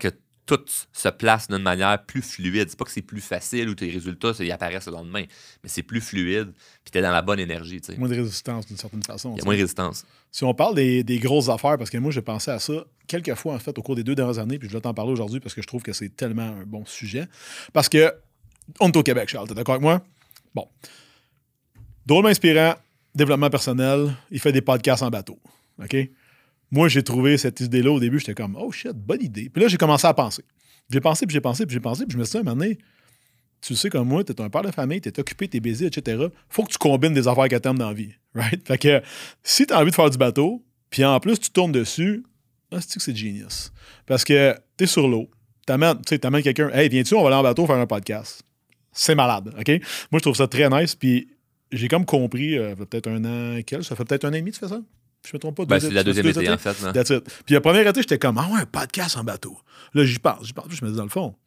tout se place d'une manière plus fluide. C'est pas que c'est plus facile ou tes résultats ils apparaissent le lendemain, mais c'est plus fluide, puis t'es dans la bonne énergie. T'sais. Moins de résistance d'une certaine façon. Il y a moins de résistance. Si on parle des, des grosses affaires, parce que moi j'ai pensé à ça quelques fois en fait au cours des deux dernières années, puis je vais t'en parler aujourd'hui parce que je trouve que c'est tellement un bon sujet. Parce que on est au Québec, Charles, t'es d'accord avec moi? Bon. Drôlement inspirant, développement personnel, il fait des podcasts en bateau. OK? Moi, j'ai trouvé cette idée-là au début, j'étais comme, oh shit, bonne idée. Puis là, j'ai commencé à penser. J'ai pensé, puis j'ai pensé, puis j'ai pensé, puis je me suis dit, à un moment donné, tu sais comme moi, t'es un père de famille, t'es occupé, t'es busy, et cetera. Faut que tu combines des affaires que t'aimes dans la vie, right? Fait que si t'as envie de faire du bateau, puis en plus, tu tournes dessus, là, c'est que c'est genius. Parce que t'es sur l'eau, t'amènes, tu sais, t'amènes quelqu'un, hey, viens-tu, on va aller en bateau faire un podcast. C'est malade, OK? Moi, je trouve ça très nice, puis j'ai comme compris, euh, peut-être un an, quel, ça fait peut-être un an et demi que tu fais ça? Je me trompe pas. Ben, c'est la deuxième été, en fait. Là. That's it. Puis la première été, j'étais comme, ah ouais, un podcast en bateau. Là, j'y pense, j'y pense. Puis je me dis, dans le fond,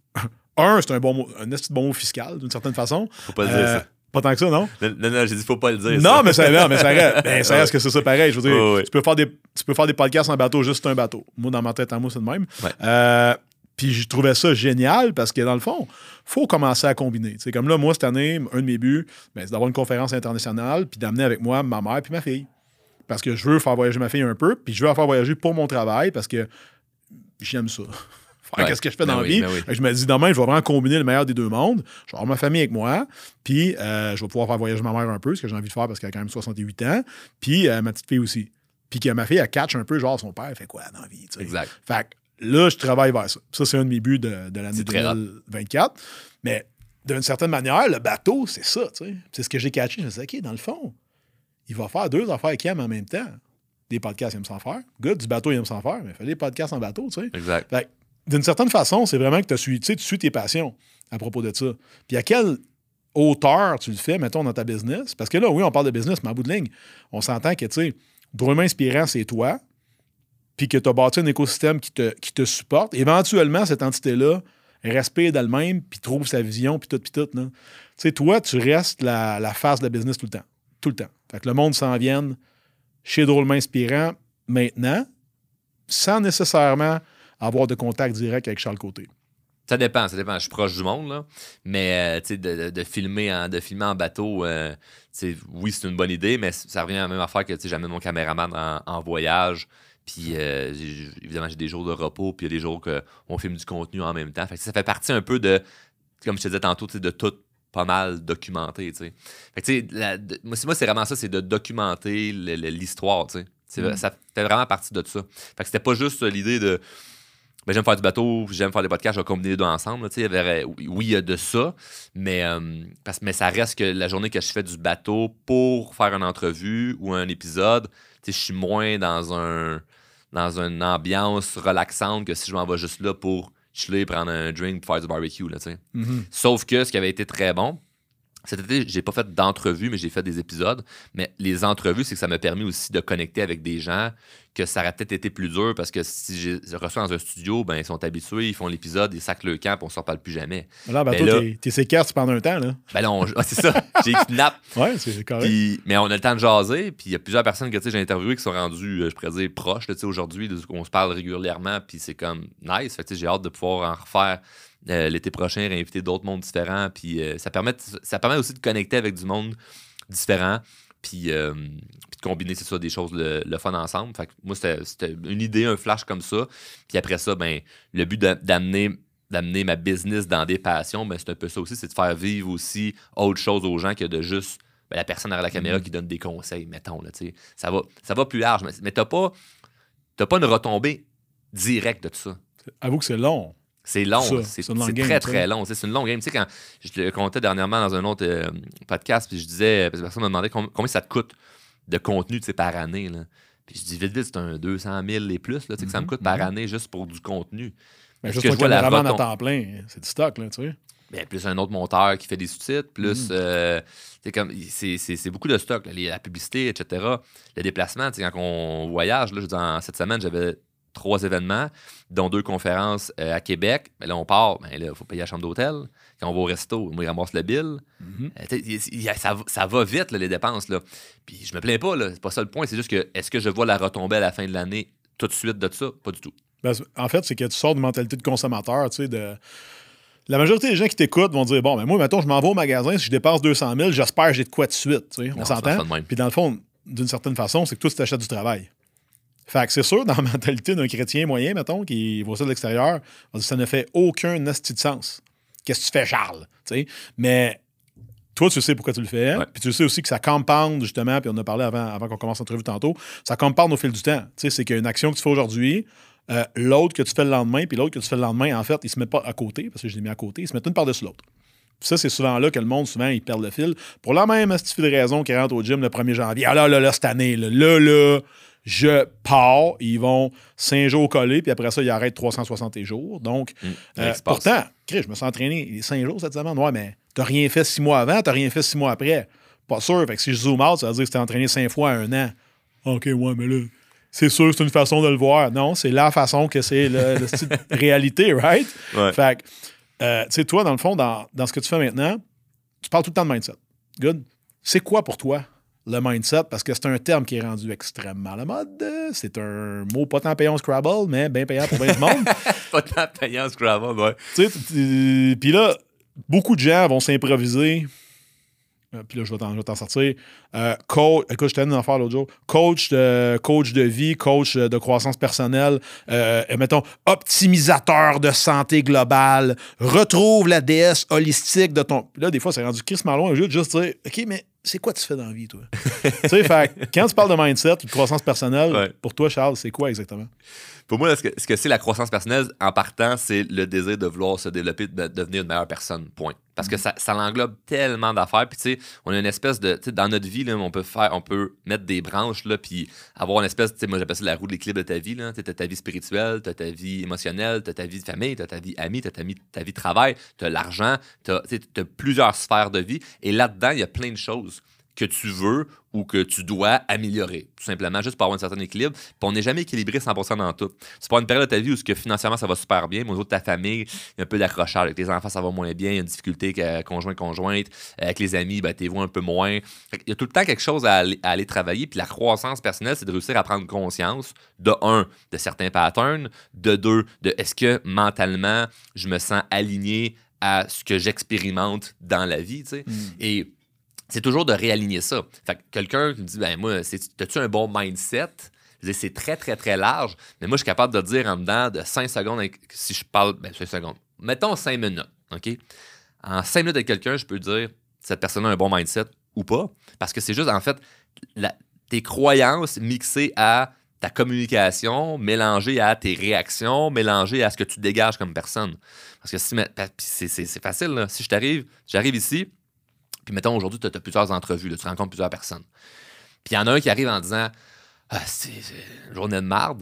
un, c'est un bon mot, un esti de bon mot fiscal, d'une certaine façon. Faut pas le euh, dire, ça. Pas tant que ça, non? Non, non, non j'ai dit, faut pas le dire. Non, ça. mais ça, non, mais ça reste. Ben, ça reste que c'est ça pareil. Je veux dire, oh, oui. tu, peux faire des, tu peux faire des podcasts en bateau, juste un bateau. Moi, dans ma tête, en moi, c'est le même. Ouais. Euh, Puis je trouvais ça génial parce que, dans le fond, il faut commencer à combiner. T'sais, comme là, moi, cette année, un de mes buts, ben, c'est d'avoir une conférence internationale puis d'amener avec moi ma mère puis ma fille. Parce que je veux faire voyager ma fille un peu, puis je veux la faire voyager pour mon travail parce que j'aime ça. Faire ouais. qu'est-ce que je fais ben dans oui, la vie. ben oui. Je me dis, demain, je vais vraiment combiner le meilleur des deux mondes. Je vais avoir ma famille avec moi, puis euh, je vais pouvoir faire voyager ma mère un peu, ce que j'ai envie de faire parce qu'elle a quand même soixante-huit ans, puis euh, ma petite fille aussi. Puis que ma fille, elle catch un peu, genre, son père fait quoi dans la vie. T'sais. Exact. Fait que là, je travaille vers ça. Ça, c'est un de mes buts de, de l'année C'est deux mille vingt-quatre. Mais d'une certaine manière, le bateau, c'est ça. T'sais. C'est ce que j'ai catché. Je me suis dit, OK, dans le fond, il va faire deux affaires qu'il aime en même temps. Des podcasts, il aime s'en faire. Good, du bateau, il aime s'en faire, mais il fait des podcasts en bateau, tu sais. Exact. Fait que, d'une certaine façon, c'est vraiment que tu suis, tu sais, tu suis tes passions à propos de ça. Puis à quelle hauteur tu le fais, mettons, dans ta business? Parce que là, oui, on parle de business, mais à bout de ligne, on s'entend que, tu sais, drôlement inspirant, c'est toi, puis que tu as bâti un écosystème qui te, qui te supporte. Éventuellement, cette entité-là respire d'elle-même, puis trouve sa vision, puis tout, puis tout. Tu sais, toi, tu restes la, la face de la business tout le temps. Tout le temps. Fait que le monde s'en vienne chez Drôlement Inspirant maintenant, sans nécessairement avoir de contact direct avec Charles Côté. Ça dépend, ça dépend. Je suis proche du monde, là. Mais, euh, tu sais, de, de, de, filmer en, de filmer en bateau, euh, oui, c'est une bonne idée, mais ça revient à la même affaire que, tu sais, j'amène mon caméraman en, en voyage. Puis, euh, j'ai, évidemment, j'ai des jours de repos, puis il y a des jours qu'on filme du contenu en même temps. Fait que ça fait partie un peu de, comme je te disais tantôt, de tout pas mal documenté, tu sais. Fait que, tu sais, la, de, moi, c'est, moi, c'est vraiment ça, c'est de documenter le, le, l'histoire, tu sais. Mm. Ça fait vraiment partie de ça. Fait que c'était pas juste l'idée de, ben, j'aime faire du bateau, j'aime faire des podcasts, je vais combiner les deux ensemble, tu sais. Oui, il y a de ça, mais, euh, parce, mais ça reste que la journée que je fais du bateau pour faire une entrevue ou un épisode, tu sais, je suis moins dans un dans une ambiance relaxante que si je m'en vais juste là pour chiller, prendre un drink, faire du barbecue, là, tu sais. Mm-hmm. Sauf que ce qui avait été très bon, cet été, j'ai pas fait d'entrevues, mais j'ai fait des épisodes. Mais les entrevues, c'est que ça m'a permis aussi de connecter avec des gens que ça aurait peut-être été plus dur parce que si j'ai reçu dans un studio, ben ils sont habitués, ils font l'épisode, ils sacent le camp, puis on s'en parle plus jamais. Là, ben, ben toi, t'es, t'es séquestres pendant un temps, là. Ben là, on, ah, c'est ça. J'ai kidnappé. Ouais, c'est correct. Puis, mais on a le temps de jaser, puis il y a plusieurs personnes que j'ai interviewées qui sont rendues, je pourrais dire, proches, là, aujourd'hui, on se parle régulièrement, puis c'est comme nice. Fait que, j'ai hâte de pouvoir en refaire. Euh, l'été prochain, réinviter d'autres mondes différents. Puis euh, ça, permet, ça permet aussi de connecter avec du monde différent. Puis, euh, puis de combiner, c'est ça, des choses le, le fun ensemble. Fait que moi, c'était, c'était une idée, un flash comme ça. Puis après ça, ben, le but d'amener, d'amener ma business dans des passions, ben, c'est un peu ça aussi, c'est de faire vivre aussi autre chose aux gens que de juste ben, la personne derrière la caméra mm-hmm. qui donne des conseils, mettons. Là, ça, va, ça va plus large. Mais, mais t'as pas, t'as pas une retombée directe de tout ça. Avoue que c'est long. C'est long, ça, c'est, c'est, c'est game, très, très ça. long. C'est une longue game. Tu sais, quand je te comptais dernièrement dans un autre euh, podcast, puis je disais, parce que personne me demandait combien, combien ça te coûte de contenu par année. Là. Puis je dis, vite, vite, c'est un deux cent mille et plus là, mm-hmm, que ça me coûte mm-hmm. par année juste pour du contenu. Mais juste pour caméraman à temps plein, c'est du stock, là, tu sais. Bien, plus un autre monteur qui fait des sous-titres, plus, mm. euh, comme, c'est, c'est, c'est beaucoup de stock, là, la publicité, et cetera. Le déplacement, quand on voyage, là, je veux dire, en, cette semaine, j'avais trois événements, dont deux conférences euh, à Québec. Mais là, on part, ben là, il faut payer la chambre d'hôtel. Quand on va au resto, moi, il ramasse le bill. Mm-hmm. Euh, y, y, ça, ça va vite, là, les dépenses. Là. Puis je me plains pas, là, c'est pas ça le point. C'est juste que, est-ce que je vois la retombée à la fin de l'année tout de suite de ça? Pas du tout. Ben, en fait, c'est que tu sors de mentalité de consommateur, tu sais, de... La majorité des gens qui t'écoutent vont dire, bon, ben moi, mettons, je m'en vais au magasin, si je dépense deux cent mille, j'espère que j'ai de quoi de suite, tu sais, on Non, s'entend? ça fait de même. Puis dans le fond, d'une certaine façon, c'est que toi, tu t'achètes du travail. Fait que c'est sûr, dans la mentalité d'un chrétien moyen, mettons, qui voit ça de l'extérieur, on dit, ça ne fait aucun asti de sens. Qu'est-ce que tu fais, Charles? Tu sais, mais... Toi, tu sais pourquoi tu le fais. Ouais. Puis tu sais aussi que ça compound, justement, puis on en a parlé avant, avant qu'on commence l'entrevue tantôt, ça compound au fil du temps. Tu sais, c'est qu'il y a une action que tu fais aujourd'hui, euh, l'autre que tu fais le lendemain, puis l'autre que tu fais le lendemain, en fait, ils se mettent pas à côté, parce que je l'ai mis à côté, ils se mettent une par-dessus l'autre. Puis ça, c'est souvent là que le monde, souvent, ils perdent le fil. Pour la même astuce de raison qu'ils rentrent au gym le premier janvier. Ah là, là, là, cette année, là, là, là, je pars. Ils vont cinq jours collés, puis après ça, ils arrêtent trois cent soixante jours. Donc, Mmh, euh, ouais, pourtant, Chris, je me suis entraîné les cinq jours cette semaine. Ouais, mais t'as rien fait six mois avant, t'as rien fait six mois après. Pas sûr. Fait que si je zoome out, ça veut dire que t'es entraîné cinq fois en un an. OK, ouais, mais là, c'est sûr que c'est une façon de le voir. Non, c'est la façon que c'est le, le style de réalité, right? Ouais. Fait que, euh, tu sais, toi, dans le fond, dans, dans ce que tu fais maintenant, tu parles tout le temps de mindset. Good. C'est quoi pour toi le mindset? Parce que c'est un terme qui est rendu extrêmement à la mode. C'est un mot pas tant payant au Scrabble, mais bien payant pour bien du monde. Pas tant payant Scrabble, ouais. Tu sais, puis là, beaucoup de gens vont s'improviser. Euh, puis là, je vais t'en, je vais t'en sortir. Euh, coach, écoute, je t'ai donné une affaire l'autre jour. Coach de, coach de vie, coach de croissance personnelle, euh, et mettons, optimisateur de santé globale, retrouve la déesse holistique de ton. Puis là, des fois, c'est rendu Chris Marlon un jeu de juste dire, OK, mais c'est quoi tu fais dans la vie, toi? Tu sais, fait quand tu parles de mindset ou de croissance personnelle, Ouais. pour toi, Charles, c'est quoi exactement? Pour moi, ce que, ce que c'est la croissance personnelle, en partant, c'est le désir de vouloir se développer, de devenir une meilleure personne, point. Parce que ça, ça l'englobe tellement d'affaires. Puis, tu sais, on a une espèce de. Tu sais, dans notre vie, là, on peut faire, on peut mettre des branches, là, puis avoir une espèce. Tu sais, moi, j'appelle ça la roue de l'équilibre de ta vie, là. Tu as ta vie spirituelle, tu as ta vie émotionnelle, tu as ta vie de famille, tu as ta vie amie, tu as ta vie, ta vie de travail, tu as l'argent, tu as plusieurs sphères de vie. Et là-dedans, il y a plein de choses que tu veux ou que tu dois améliorer, tout simplement, juste pour avoir un certain équilibre. Puis on n'est jamais équilibré cent pour cent dans tout. C'est pas une période de ta vie où ce que financièrement ça va super bien, mais au niveau de ta famille, il y a un peu d'accrochage. Avec tes enfants, ça va moins bien, il y a une difficulté conjoint-conjointe. Avec les amis, ben, t'es vois un peu moins. Il y a tout le temps quelque chose à aller, à aller travailler. Puis la croissance personnelle, c'est de réussir à prendre conscience, de un, de certains patterns, de deux, de est-ce que mentalement, je me sens aligné à ce que j'expérimente dans la vie, tu sais. Mm. Et c'est toujours de réaligner ça. Fait que quelqu'un qui me dit, ben moi, as-tu un bon mindset? Je dis, c'est très, très, très large, mais moi, je suis capable de dire en dedans de cinq secondes, si je parle, ben cinq secondes, mettons cinq minutes, OK? En cinq minutes avec quelqu'un, je peux dire, cette personne a un bon mindset ou pas, parce que c'est juste, en fait, la, tes croyances mixées à ta communication, mélangées à tes réactions, mélangées à ce que tu dégages comme personne. Parce que si, c'est, c'est, c'est facile, là. Si je t'arrive, j'arrive ici, puis mettons, aujourd'hui, tu as plusieurs entrevues, là, tu rencontres plusieurs personnes. Puis il y en a un qui arrive en disant ah, c'est, c'est une journée de marde.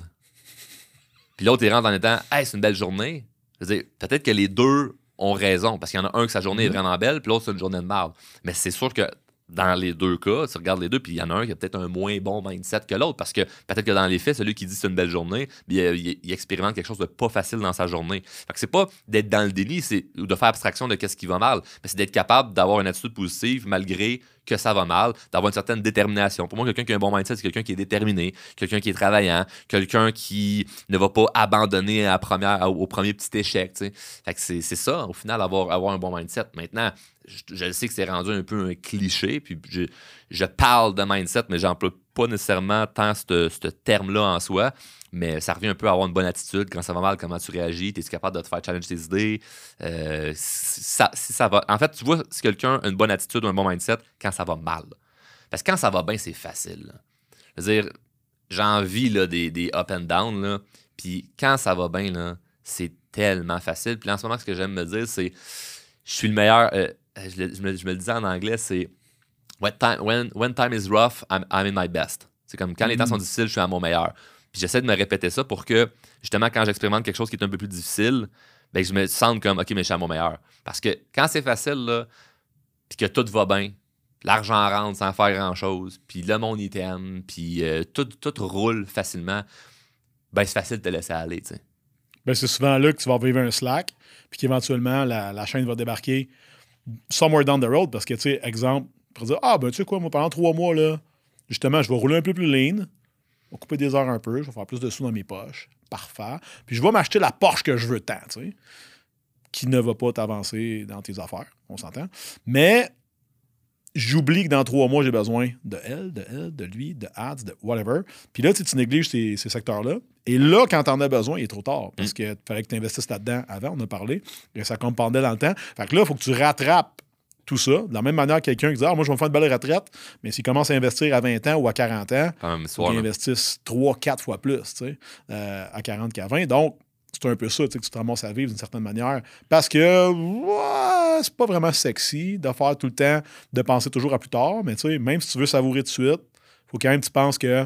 Puis l'autre, il rentre en étant hey, c'est une belle journée. Je veux dire, peut-être que les deux ont raison, parce qu'il y en a un que sa journée mm-hmm. est vraiment belle, puis l'autre, c'est une journée de marde. Mais c'est sûr que dans les deux cas, tu regardes les deux, puis il y en a un qui a peut-être un moins bon mindset que l'autre, parce que peut-être que dans les faits, celui qui dit c'est une belle journée, il, il, il expérimente quelque chose de pas facile dans sa journée. Fait que c'est pas d'être dans le déni, c'est ou de faire abstraction de qu'est-ce qui va mal, mais c'est d'être capable d'avoir une attitude positive malgré que ça va mal, d'avoir une certaine détermination. Pour moi, quelqu'un qui a un bon mindset, c'est quelqu'un qui est déterminé, quelqu'un qui est travaillant, quelqu'un qui ne va pas abandonner à première, à, au premier petit échec. T'sais. Fait que c'est, c'est ça, au final, avoir, avoir un bon mindset. Maintenant, je, je sais que c'est rendu un peu un cliché, puis je, je parle de mindset, mais j'emploie pas nécessairement tant ce, ce terme-là en soi, mais ça revient un peu à avoir une bonne attitude. Quand ça va mal, comment tu réagis? Es-tu capable de te faire challenger tes idées? Euh, si, ça, si ça va... En fait, tu vois si quelqu'un a une bonne attitude ou un bon mindset quand ça va mal. Parce que quand ça va bien, c'est facile. Là. Je veux dire, j'ai envie là, des, des up and down, là, puis quand ça va bien, là, c'est tellement facile. Puis en ce moment, ce que j'aime me dire, c'est je suis le meilleur... Euh, je, je, me, je me le disais en anglais, c'est when time, when, when time is rough, I'm, I'm in my best. C'est comme quand mm-hmm. les temps sont difficiles, je suis à mon meilleur. Puis j'essaie de me répéter ça pour que, justement, quand j'expérimente quelque chose qui est un peu plus difficile, ben, je me sente comme, OK, mais je suis à mon meilleur. Parce que quand c'est facile, là, puis que tout va bien, l'argent rentre sans faire grand-chose, puis le monde y t'aime, puis euh, tout, tout roule facilement, ben c'est facile de te laisser aller, tu sais. Ben, c'est souvent là que tu vas vivre un slack, puis qu'éventuellement, la, la chaîne va débarquer somewhere down the road, parce que, tu sais, exemple, pour dire, ah, ben, tu sais quoi, moi, pendant trois mois, là, justement, je vais rouler un peu plus lean. vais couper des heures un peu, je vais faire plus de sous dans mes poches. Parfait. Puis je vais m'acheter la Porsche que je veux tant, tu sais, qui ne va pas t'avancer dans tes affaires, on s'entend. Mais j'oublie que dans trois mois, j'ai besoin de elle, de elle, de lui, de ads, de whatever. Puis là, tu, sais, tu négliges ces, ces secteurs-là. Et là, quand t'en as besoin, il est trop tard. Parce mm. qu'il fallait que tu investisses là-dedans avant, on a parlé. Et ça compendait dans le temps. Fait que là, il faut que tu rattrapes tout ça. De la même manière que quelqu'un qui dit « Ah, moi, je vais me faire une belle retraite. » Mais s'il commence à investir à vingt ans ou à quarante ans, il faut qu'il investisse trois, quatre fois plus, tu sais, euh, à quarante qu'à vingt. Donc, c'est un peu ça, tu sais, que tu te ramasses à vivre d'une certaine manière. Parce que ouais, c'est pas vraiment sexy de faire tout le temps, de penser toujours à plus tard. Mais tu sais, même si tu veux savourer tout de suite, il faut quand même que tu penses que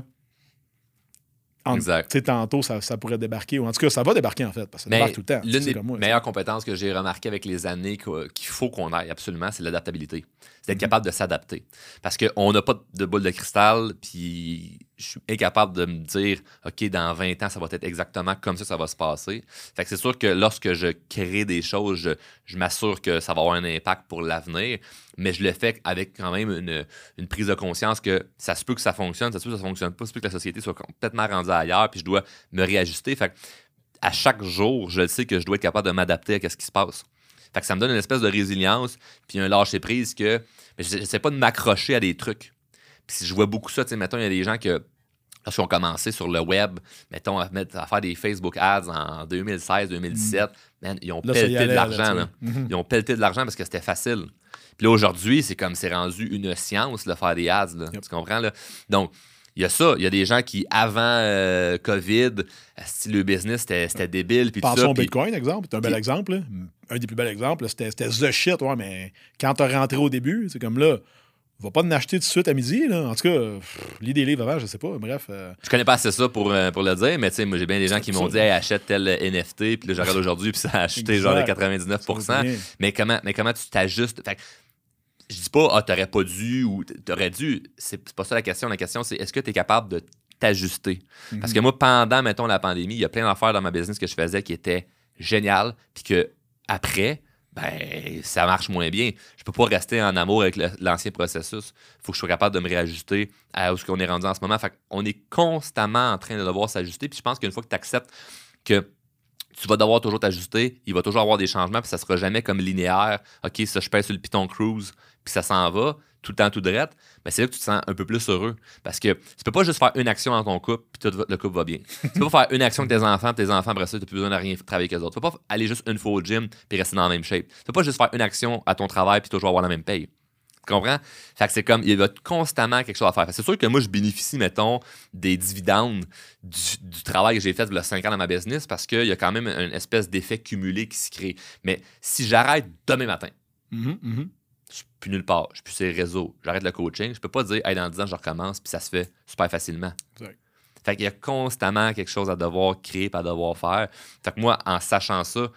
en, exact. Tu sais, tantôt, ça, ça pourrait débarquer. Ou en tout cas, ça va débarquer, en fait, parce que ça mais débarque tout le temps. L'une des moi, meilleures compétences que j'ai remarquées avec les années qu'il faut qu'on aille absolument, c'est l'adaptabilité. C'est d'être mm-hmm. capable de s'adapter. Parce qu'on n'a pas de boule de cristal, puis je suis incapable de me dire « OK, dans vingt ans, ça va être exactement comme ça que ça va se passer. » Fait que c'est sûr que lorsque je crée des choses, je, je m'assure que ça va avoir un impact pour l'avenir, mais je le fais avec quand même une, une prise de conscience que ça se peut que ça fonctionne, ça se peut que ça ne fonctionne pas, ça se peut que la société soit complètement rendue ailleurs, puis je dois me réajuster. Fait que à chaque jour, je sais que je dois être capable de m'adapter à ce qui se passe. Fait que ça me donne une espèce de résilience, puis un lâcher-prise que je n'essaie pas de m'accrocher à des trucs. Puis si je vois beaucoup ça, tu sais, mettons, il y a des gens que, lorsqu'ils ont commencé sur le web, mettons, à, mettre, à faire des Facebook ads en deux mille seize deux mille dix-sept, mmh. man, ils ont là, pelleté allait, de l'argent. Là, mmh. Ils ont pelleté de l'argent parce que c'était facile. Puis là, aujourd'hui, c'est comme c'est rendu une science, de faire des ads. Là, yep. Tu comprends? Là? Donc, il y a ça. Il y a des gens qui, avant euh, COVID, le business, c'était, c'était débile. Pensons au pis... Bitcoin, exemple. C'est un bel puis... exemple. Là. Un des plus bels exemples, c'était, c'était the shit. Ouais, mais quand tu as rentré au début, c'est comme là, va pas en acheter tout de suite à midi. Là. En tout cas, pff, lis des livres avant, je sais pas. Bref. Euh... Je connais pas assez ça pour, euh, pour le dire, mais tu sais, moi, j'ai bien des gens qui m'ont dit hey, achète tel N F T, puis là, je regarde aujourd'hui, puis ça a acheté exact. Genre de quatre-vingt-dix-neuf pour cent. Mais comment, mais comment tu t'ajustes? Fait que, je dis pas, ah, t'aurais pas dû ou t'aurais dû. C'est, c'est pas ça la question. La question, c'est est-ce que tu es capable de t'ajuster? Mm-hmm. Parce que moi, pendant, mettons, la pandémie, il y a plein d'affaires dans ma business que je faisais qui étaient géniales, puis que après, ben, ça marche moins bien. Je peux pas rester en amour avec le, l'ancien processus. Il faut que je sois capable de me réajuster à où on est rendu en ce moment. Fait qu'on est constamment en train de devoir s'ajuster. Puis je pense qu'une fois que tu acceptes que tu vas devoir toujours t'ajuster, il va toujours avoir des changements, puis ça sera jamais comme linéaire. OK, ça, je pèse sur le Python Cruise, puis ça s'en va, tout le temps, tout droit. Mais c'est là que tu te sens un peu plus heureux. Parce que tu peux pas juste faire une action dans ton couple, puis tout le couple va bien. Tu peux pas faire une action avec tes enfants, puis tes enfants, après ça, tu n'as plus besoin de rien travailler avec eux autres. Tu peux pas aller juste une fois au gym, puis rester dans la même shape. Tu peux pas juste faire une action à ton travail, puis toujours avoir la même paye. Tu comprends? Fait que c'est comme, il va constamment quelque chose à faire. Fait que c'est sûr que moi, je bénéficie, mettons, des dividendes du, du travail que j'ai fait il y a cinq ans dans ma business parce qu'il y a quand même une espèce d'effet cumulé qui se crée. Mais si j'arrête demain matin, mm-hmm, mm-hmm. je suis plus nulle part, je suis plus sur les réseaux, j'arrête le coaching, je peux pas dire, hey, dans dix ans, je recommence, puis ça se fait super facilement. Exact. Fait qu'il y a constamment quelque chose à devoir créer et à devoir faire. Fait que moi, en sachant ça,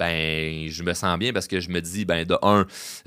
ben je me sens bien parce que je me dis, ben de un,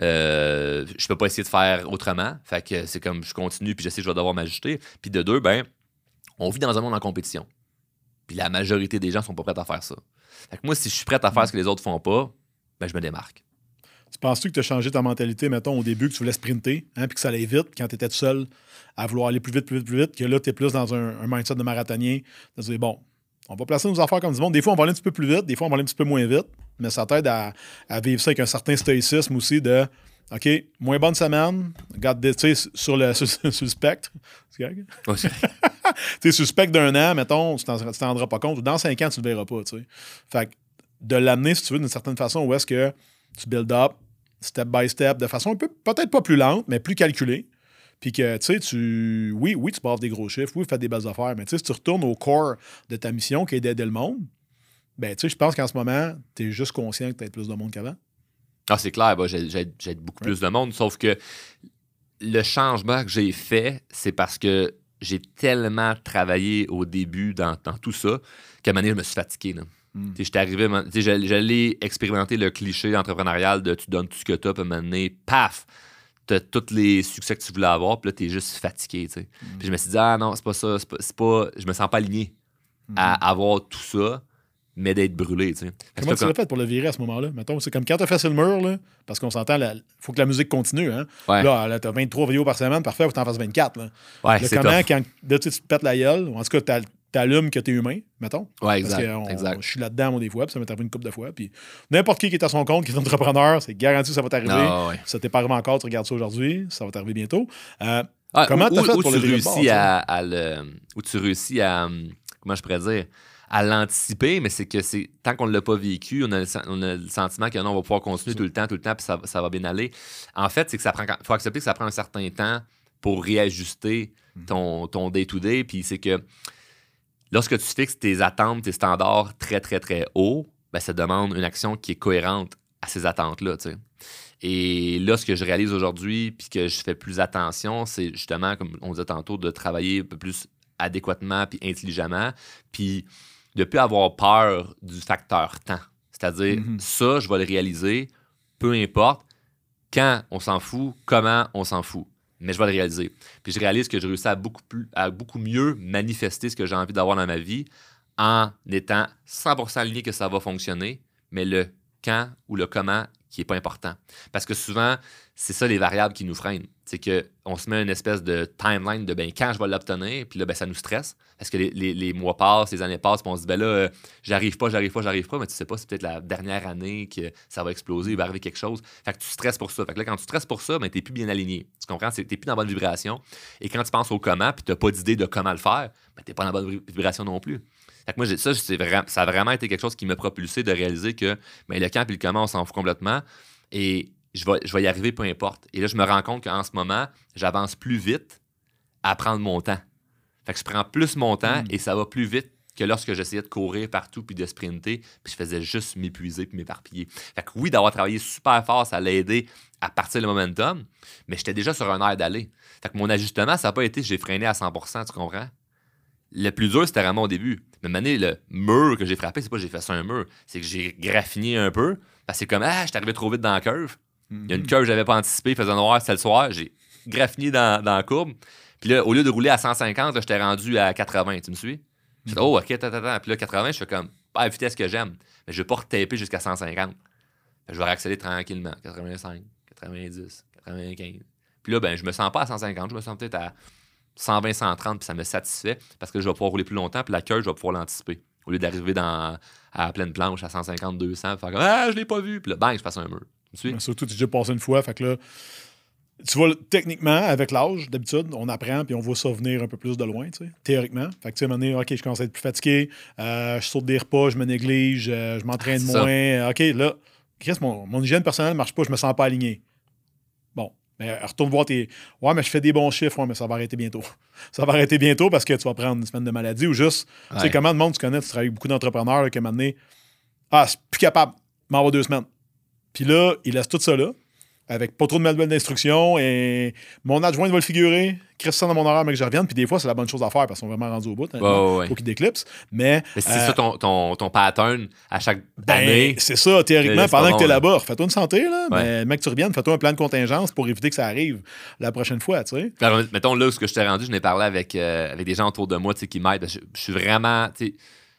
euh, je peux pas essayer de faire autrement. Fait que c'est comme je continue puis je sais que je vais devoir m'ajuster. Puis de deux, ben on vit dans un monde en compétition. Puis la majorité des gens sont pas prêts à faire ça. Fait que moi, si je suis prêt à faire mmh. ce que les autres font pas, ben je me démarque. Tu penses-tu que tu as changé ta mentalité, mettons, au début, que tu voulais sprinter, hein, puis que ça allait vite, quand tu étais tout seul à vouloir aller plus vite, plus vite, plus vite, que là, tu es plus dans un, un mindset de marathonien, de dire, bon, on va placer nos affaires comme du monde. Des fois, on va aller un petit peu plus vite, des fois, on va aller un petit peu moins vite, mais ça t'aide à, à vivre ça avec un certain stoïcisme aussi de, OK, moins bonne semaine, regarde, tu sais, sur le, sur, sur le spectre. C'est correct? Ouais, c'est... tu sais, sur le spectre d'un an, mettons, tu t'en, tu t'en rendras pas compte, ou dans cinq ans, tu le verras pas, tu sais. Fait que de l'amener, si tu veux, d'une certaine façon, où est-ce que tu build up, step by step, de façon un peu, peut-être pas plus lente, mais plus calculée. Puis que, tu sais, tu... Oui, oui, tu baves des gros chiffres, oui, tu fais des belles affaires, mais tu sais, si tu retournes au core de ta mission, qui est d'aider le monde, ben, tu sais, je pense qu'en ce moment, tu es juste conscient que tu as plus de monde qu'avant. Ah, c'est clair, bah, j'ai, j'ai, j'ai beaucoup ouais. plus de monde, sauf que le changement que j'ai fait, c'est parce que j'ai tellement travaillé au début dans, dans tout ça qu'à un moment donné, je me suis fatigué, là. Mm. J'étais arrivé, j'allais expérimenter le cliché entrepreneurial de tu donnes tout ce que tu as, puis à un moment donné, paf, tu as tous les succès que tu voulais avoir, puis là, tu es juste fatigué. Mm. Puis je me suis dit, ah non, c'est pas ça, c'est pas, c'est pas, je me sens pas aligné mm. à avoir tout ça, mais d'être brûlé. Tu sais. Comment tu l'as fait pour le virer à ce moment-là? Mettons, c'est comme quand tu as fait sur le mur, là, parce qu'on s'entend, il faut que la musique continue. Hein? Ouais. Là, là tu as vingt-trois vidéos par semaine, parfait, faut que tu en fasses vingt-quatre. Là. Ouais, là, c'est comment, tough. quand là, tu te pètes la gueule, ou en tout cas, tu allumes que tu es humain, mettons. Ouais, exact. Parce que on, exact. je suis là-dedans, moi, des fois, puis ça m'est arrivé une couple de fois. Puis n'importe qui qui est à son compte, qui est entrepreneur, c'est garanti que ça va t'arriver. Ah, ouais. Ça t'est pas arrivé encore, tu regardes ça aujourd'hui, ça va t'arriver bientôt. Euh, ah, comment tu as fait où, pour où le tu virer de bord, réussis à, à le, où tu réussis à, comment je pourrais dire, à l'anticiper, mais c'est que c'est tant qu'on ne l'a pas vécu, on a, le, on a le sentiment que non, on va pouvoir continuer tout le temps, tout le temps, puis ça, ça va bien aller. En fait, c'est que ça prend, faut accepter que ça prend un certain temps pour réajuster ton, ton day-to-day, puis c'est que lorsque tu fixes tes attentes, tes standards très, très, très hauts, ben, ça demande une action qui est cohérente à ces attentes-là, tu sais. Et là, ce que je réalise aujourd'hui, puis que je fais plus attention, c'est justement, comme on disait tantôt, de travailler un peu plus adéquatement puis intelligemment, puis de ne plus avoir peur du facteur temps. C'est-à-dire, mm-hmm. ça, je vais le réaliser, peu importe, quand on s'en fout, comment on s'en fout. Mais je vais le réaliser. Puis je réalise que je réussis à beaucoup, plus, à beaucoup mieux manifester ce que j'ai envie d'avoir dans ma vie en étant cent pour cent aligné que ça va fonctionner, mais le quand ou le comment qui n'est pas important. Parce que souvent, c'est ça les variables qui nous freinent. C'est qu'on se met une espèce de timeline de ben, quand je vais l'obtenir, puis là, ben, ça nous stresse. Parce que les, les, les mois passent, les années passent, puis on se dit, ben là, euh, j'arrive pas, j'arrive pas, j'arrive pas, mais tu sais pas, c'est peut-être la dernière année que ça va exploser, il va arriver quelque chose. Fait que tu stresses pour ça. Fait que là, quand tu stresses pour ça, ben, t'es plus bien aligné. Tu comprends? T'es plus dans la bonne vibration. Et quand tu penses au comment, puis t'as pas d'idée de comment le faire, ben, t'es pas dans la bonne vibration non plus. Fait que moi, j'ai, ça, c'est vraiment, ça a vraiment été quelque chose qui m'a propulsé de réaliser que ben, le quand et le comment, on s'en fout complètement. Et je vais, je vais y arriver peu importe. Et là, je me rends compte qu'en ce moment, j'avance plus vite à prendre mon temps. Fait que je prends plus mon temps mm. et ça va plus vite que lorsque j'essayais de courir partout puis de sprinter, puis je faisais juste m'épuiser puis m'éparpiller. Fait que oui, d'avoir travaillé super fort, ça l'a aidé à partir le momentum, mais j'étais déjà sur un air d'aller. Fait que mon ajustement, ça n'a pas été j'ai freiné à cent pour cent, tu comprends? Le plus dur, c'était vraiment au début. Mais maintenant, le mur que j'ai frappé, c'est pas que j'ai fait ça un mur, c'est que j'ai graffiné un peu, parce que c'est comme, ah, je suis arrivé trop vite dans la curve. Il mm-hmm. y a une curve que j'avais pas anticipée, il faisait noir, c'était le soir, j'ai graffiné dans, dans la courbe. Puis là, au lieu de rouler à cent cinquante, là, j'étais rendu à quatre-vingts, tu me suis? Je fais, oh, ok, attends, attends. Puis là, quatre-vingts, je fais comme, pas la vitesse que j'aime, mais je vais pas retaper jusqu'à cent cinquante. Je vais réaccélérer tranquillement, quatre-vingt-cinq, quatre-vingt-dix, quatre-vingt-quinze. Puis là, ben, je me sens pas à cent cinquante, je me sens peut-être à cent vingt, cent trente, puis ça me satisfait parce que je vais pouvoir rouler plus longtemps, puis la curve, je vais pouvoir l'anticiper. Au lieu d'arriver dans, à pleine planche à cent cinquante, deux cents, faire comme, ah, je l'ai pas vu, puis là, bang, je passe un mur. Tu me suis? Mais surtout, tu as déjà passé une fois, fait que là, tu vois, techniquement, avec l'âge, d'habitude, on apprend puis on voit ça venir un peu plus de loin, tu sais, théoriquement. Fait que, tu sais, à un moment donné, OK, je commence à être plus fatigué, euh, je saute des repas, je me néglige, euh, je m'entraîne ah, moins. OK, là, Chris, mon, mon hygiène personnelle ne marche pas, je me sens pas aligné. Bon, mais retourne voir tes... Ouais, mais je fais des bons chiffres, ouais, mais ça va arrêter bientôt. Ça va arrêter bientôt parce que tu vas prendre une semaine de maladie ou juste... Ouais. Tu sais, comment de monde tu connais, tu travailles avec beaucoup d'entrepreneurs là, qui, à un moment donné, ah, c'est plus capable, m'en va deux semaines. Puis là, il laisse tout ça là, avec pas trop de manuel d'instruction, et mon adjoint va le figurer, crée ça dans mon horaire, mais que je revienne, puis des fois, c'est la bonne chose à faire, parce qu'on est vraiment rendu au bout, hein, oh, ouais. faut qu'il déclipse, mais... mais c'est euh, ça ton, ton, ton pattern à chaque ben, année. C'est ça, théoriquement, pendant que tu es là-bas, fais-toi une santé, là, ouais. mais mec, tu reviennes, fais-toi un plan de contingence pour éviter que ça arrive la prochaine fois, tu sais. Alors, mettons, là, où ce que je t'ai rendu, je n'ai parlé avec, euh, avec des gens autour de moi, tu sais, qui m'aident, je, je suis vraiment, tu sais,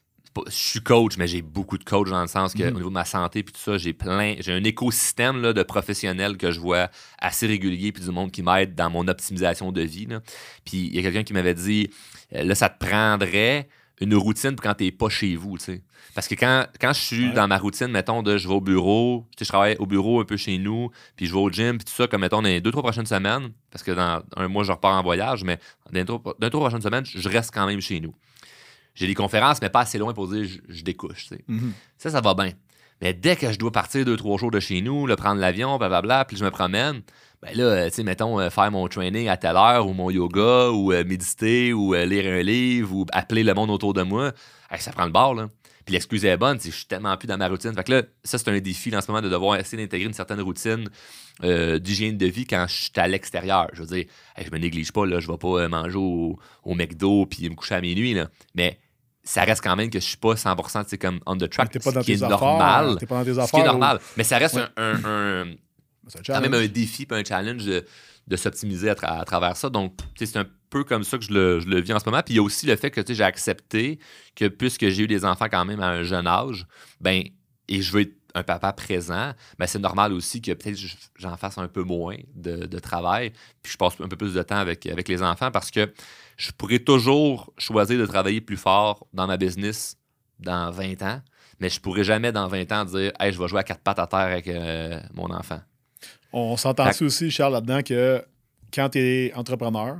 je suis coach, mais j'ai beaucoup de coach dans le sens que, mm-hmm. au niveau de ma santé puis tout ça, j'ai plein, j'ai un écosystème là, de professionnels que je vois assez régulier puis du monde qui m'aide dans mon optimisation de vie. Là. Puis il y a quelqu'un qui m'avait dit, là, ça te prendrait une routine pour quand t'es pas chez vous, tu sais. Parce que quand, quand je suis ouais. dans ma routine, mettons, de je vais au bureau, je travaille au bureau un peu chez nous, puis je vais au gym, puis tout ça, comme mettons, dans les deux, trois prochaines semaines, parce que dans un mois, je repars en voyage, mais dans les deux, deux trois prochaines semaines, je reste quand même chez nous. J'ai des conférences, mais pas assez loin pour dire je, je découche. Tu sais. Mm-hmm. Ça, ça va bien. Mais dès que je dois partir deux, trois jours de chez nous, là, prendre l'avion, blablabla, puis je me promène, ben là, tu sais, mettons, euh, faire mon training à telle heure, ou mon yoga, ou euh, méditer, ou euh, lire un livre, ou appeler le monde autour de moi, hey, ça prend le bord, là. Puis l'excuse est bonne, je suis tellement plus dans ma routine. Fait que là, ça, c'est un défi en ce moment de devoir essayer d'intégrer une certaine routine euh, d'hygiène de vie quand je suis à l'extérieur. Je veux dire, hey, je me néglige pas, là, je vais pas euh, manger au, au McDo puis me coucher à minuit, là. Mais ça reste quand même que je suis pas cent pour cent comme on the track, t'es pas dans ce qui tes est affaires, normal. T'es pas dans tes ce affaires, qui est normal. Ou... Mais ça reste ouais. un, un, un... C'est un quand même challenge. un défi et un challenge de, de s'optimiser à, tra- à travers ça. Donc, tu sais, c'est un peu comme ça que je le, je le vis en ce moment. Puis il y a aussi le fait que tu sais, j'ai accepté que puisque j'ai eu des enfants quand même à un jeune âge, ben et je veux être un papa présent, ben c'est normal aussi que peut-être je- j'en fasse un peu moins de, de travail, puis je passe un peu plus de temps avec, avec les enfants parce que je pourrais toujours choisir de travailler plus fort dans ma business dans vingt ans, mais je pourrais jamais dans vingt ans dire « Hey, je vais jouer à quatre pattes à terre avec euh, mon enfant ». On s'entend-tu aussi, Charles, là-dedans, que quand tu es entrepreneur,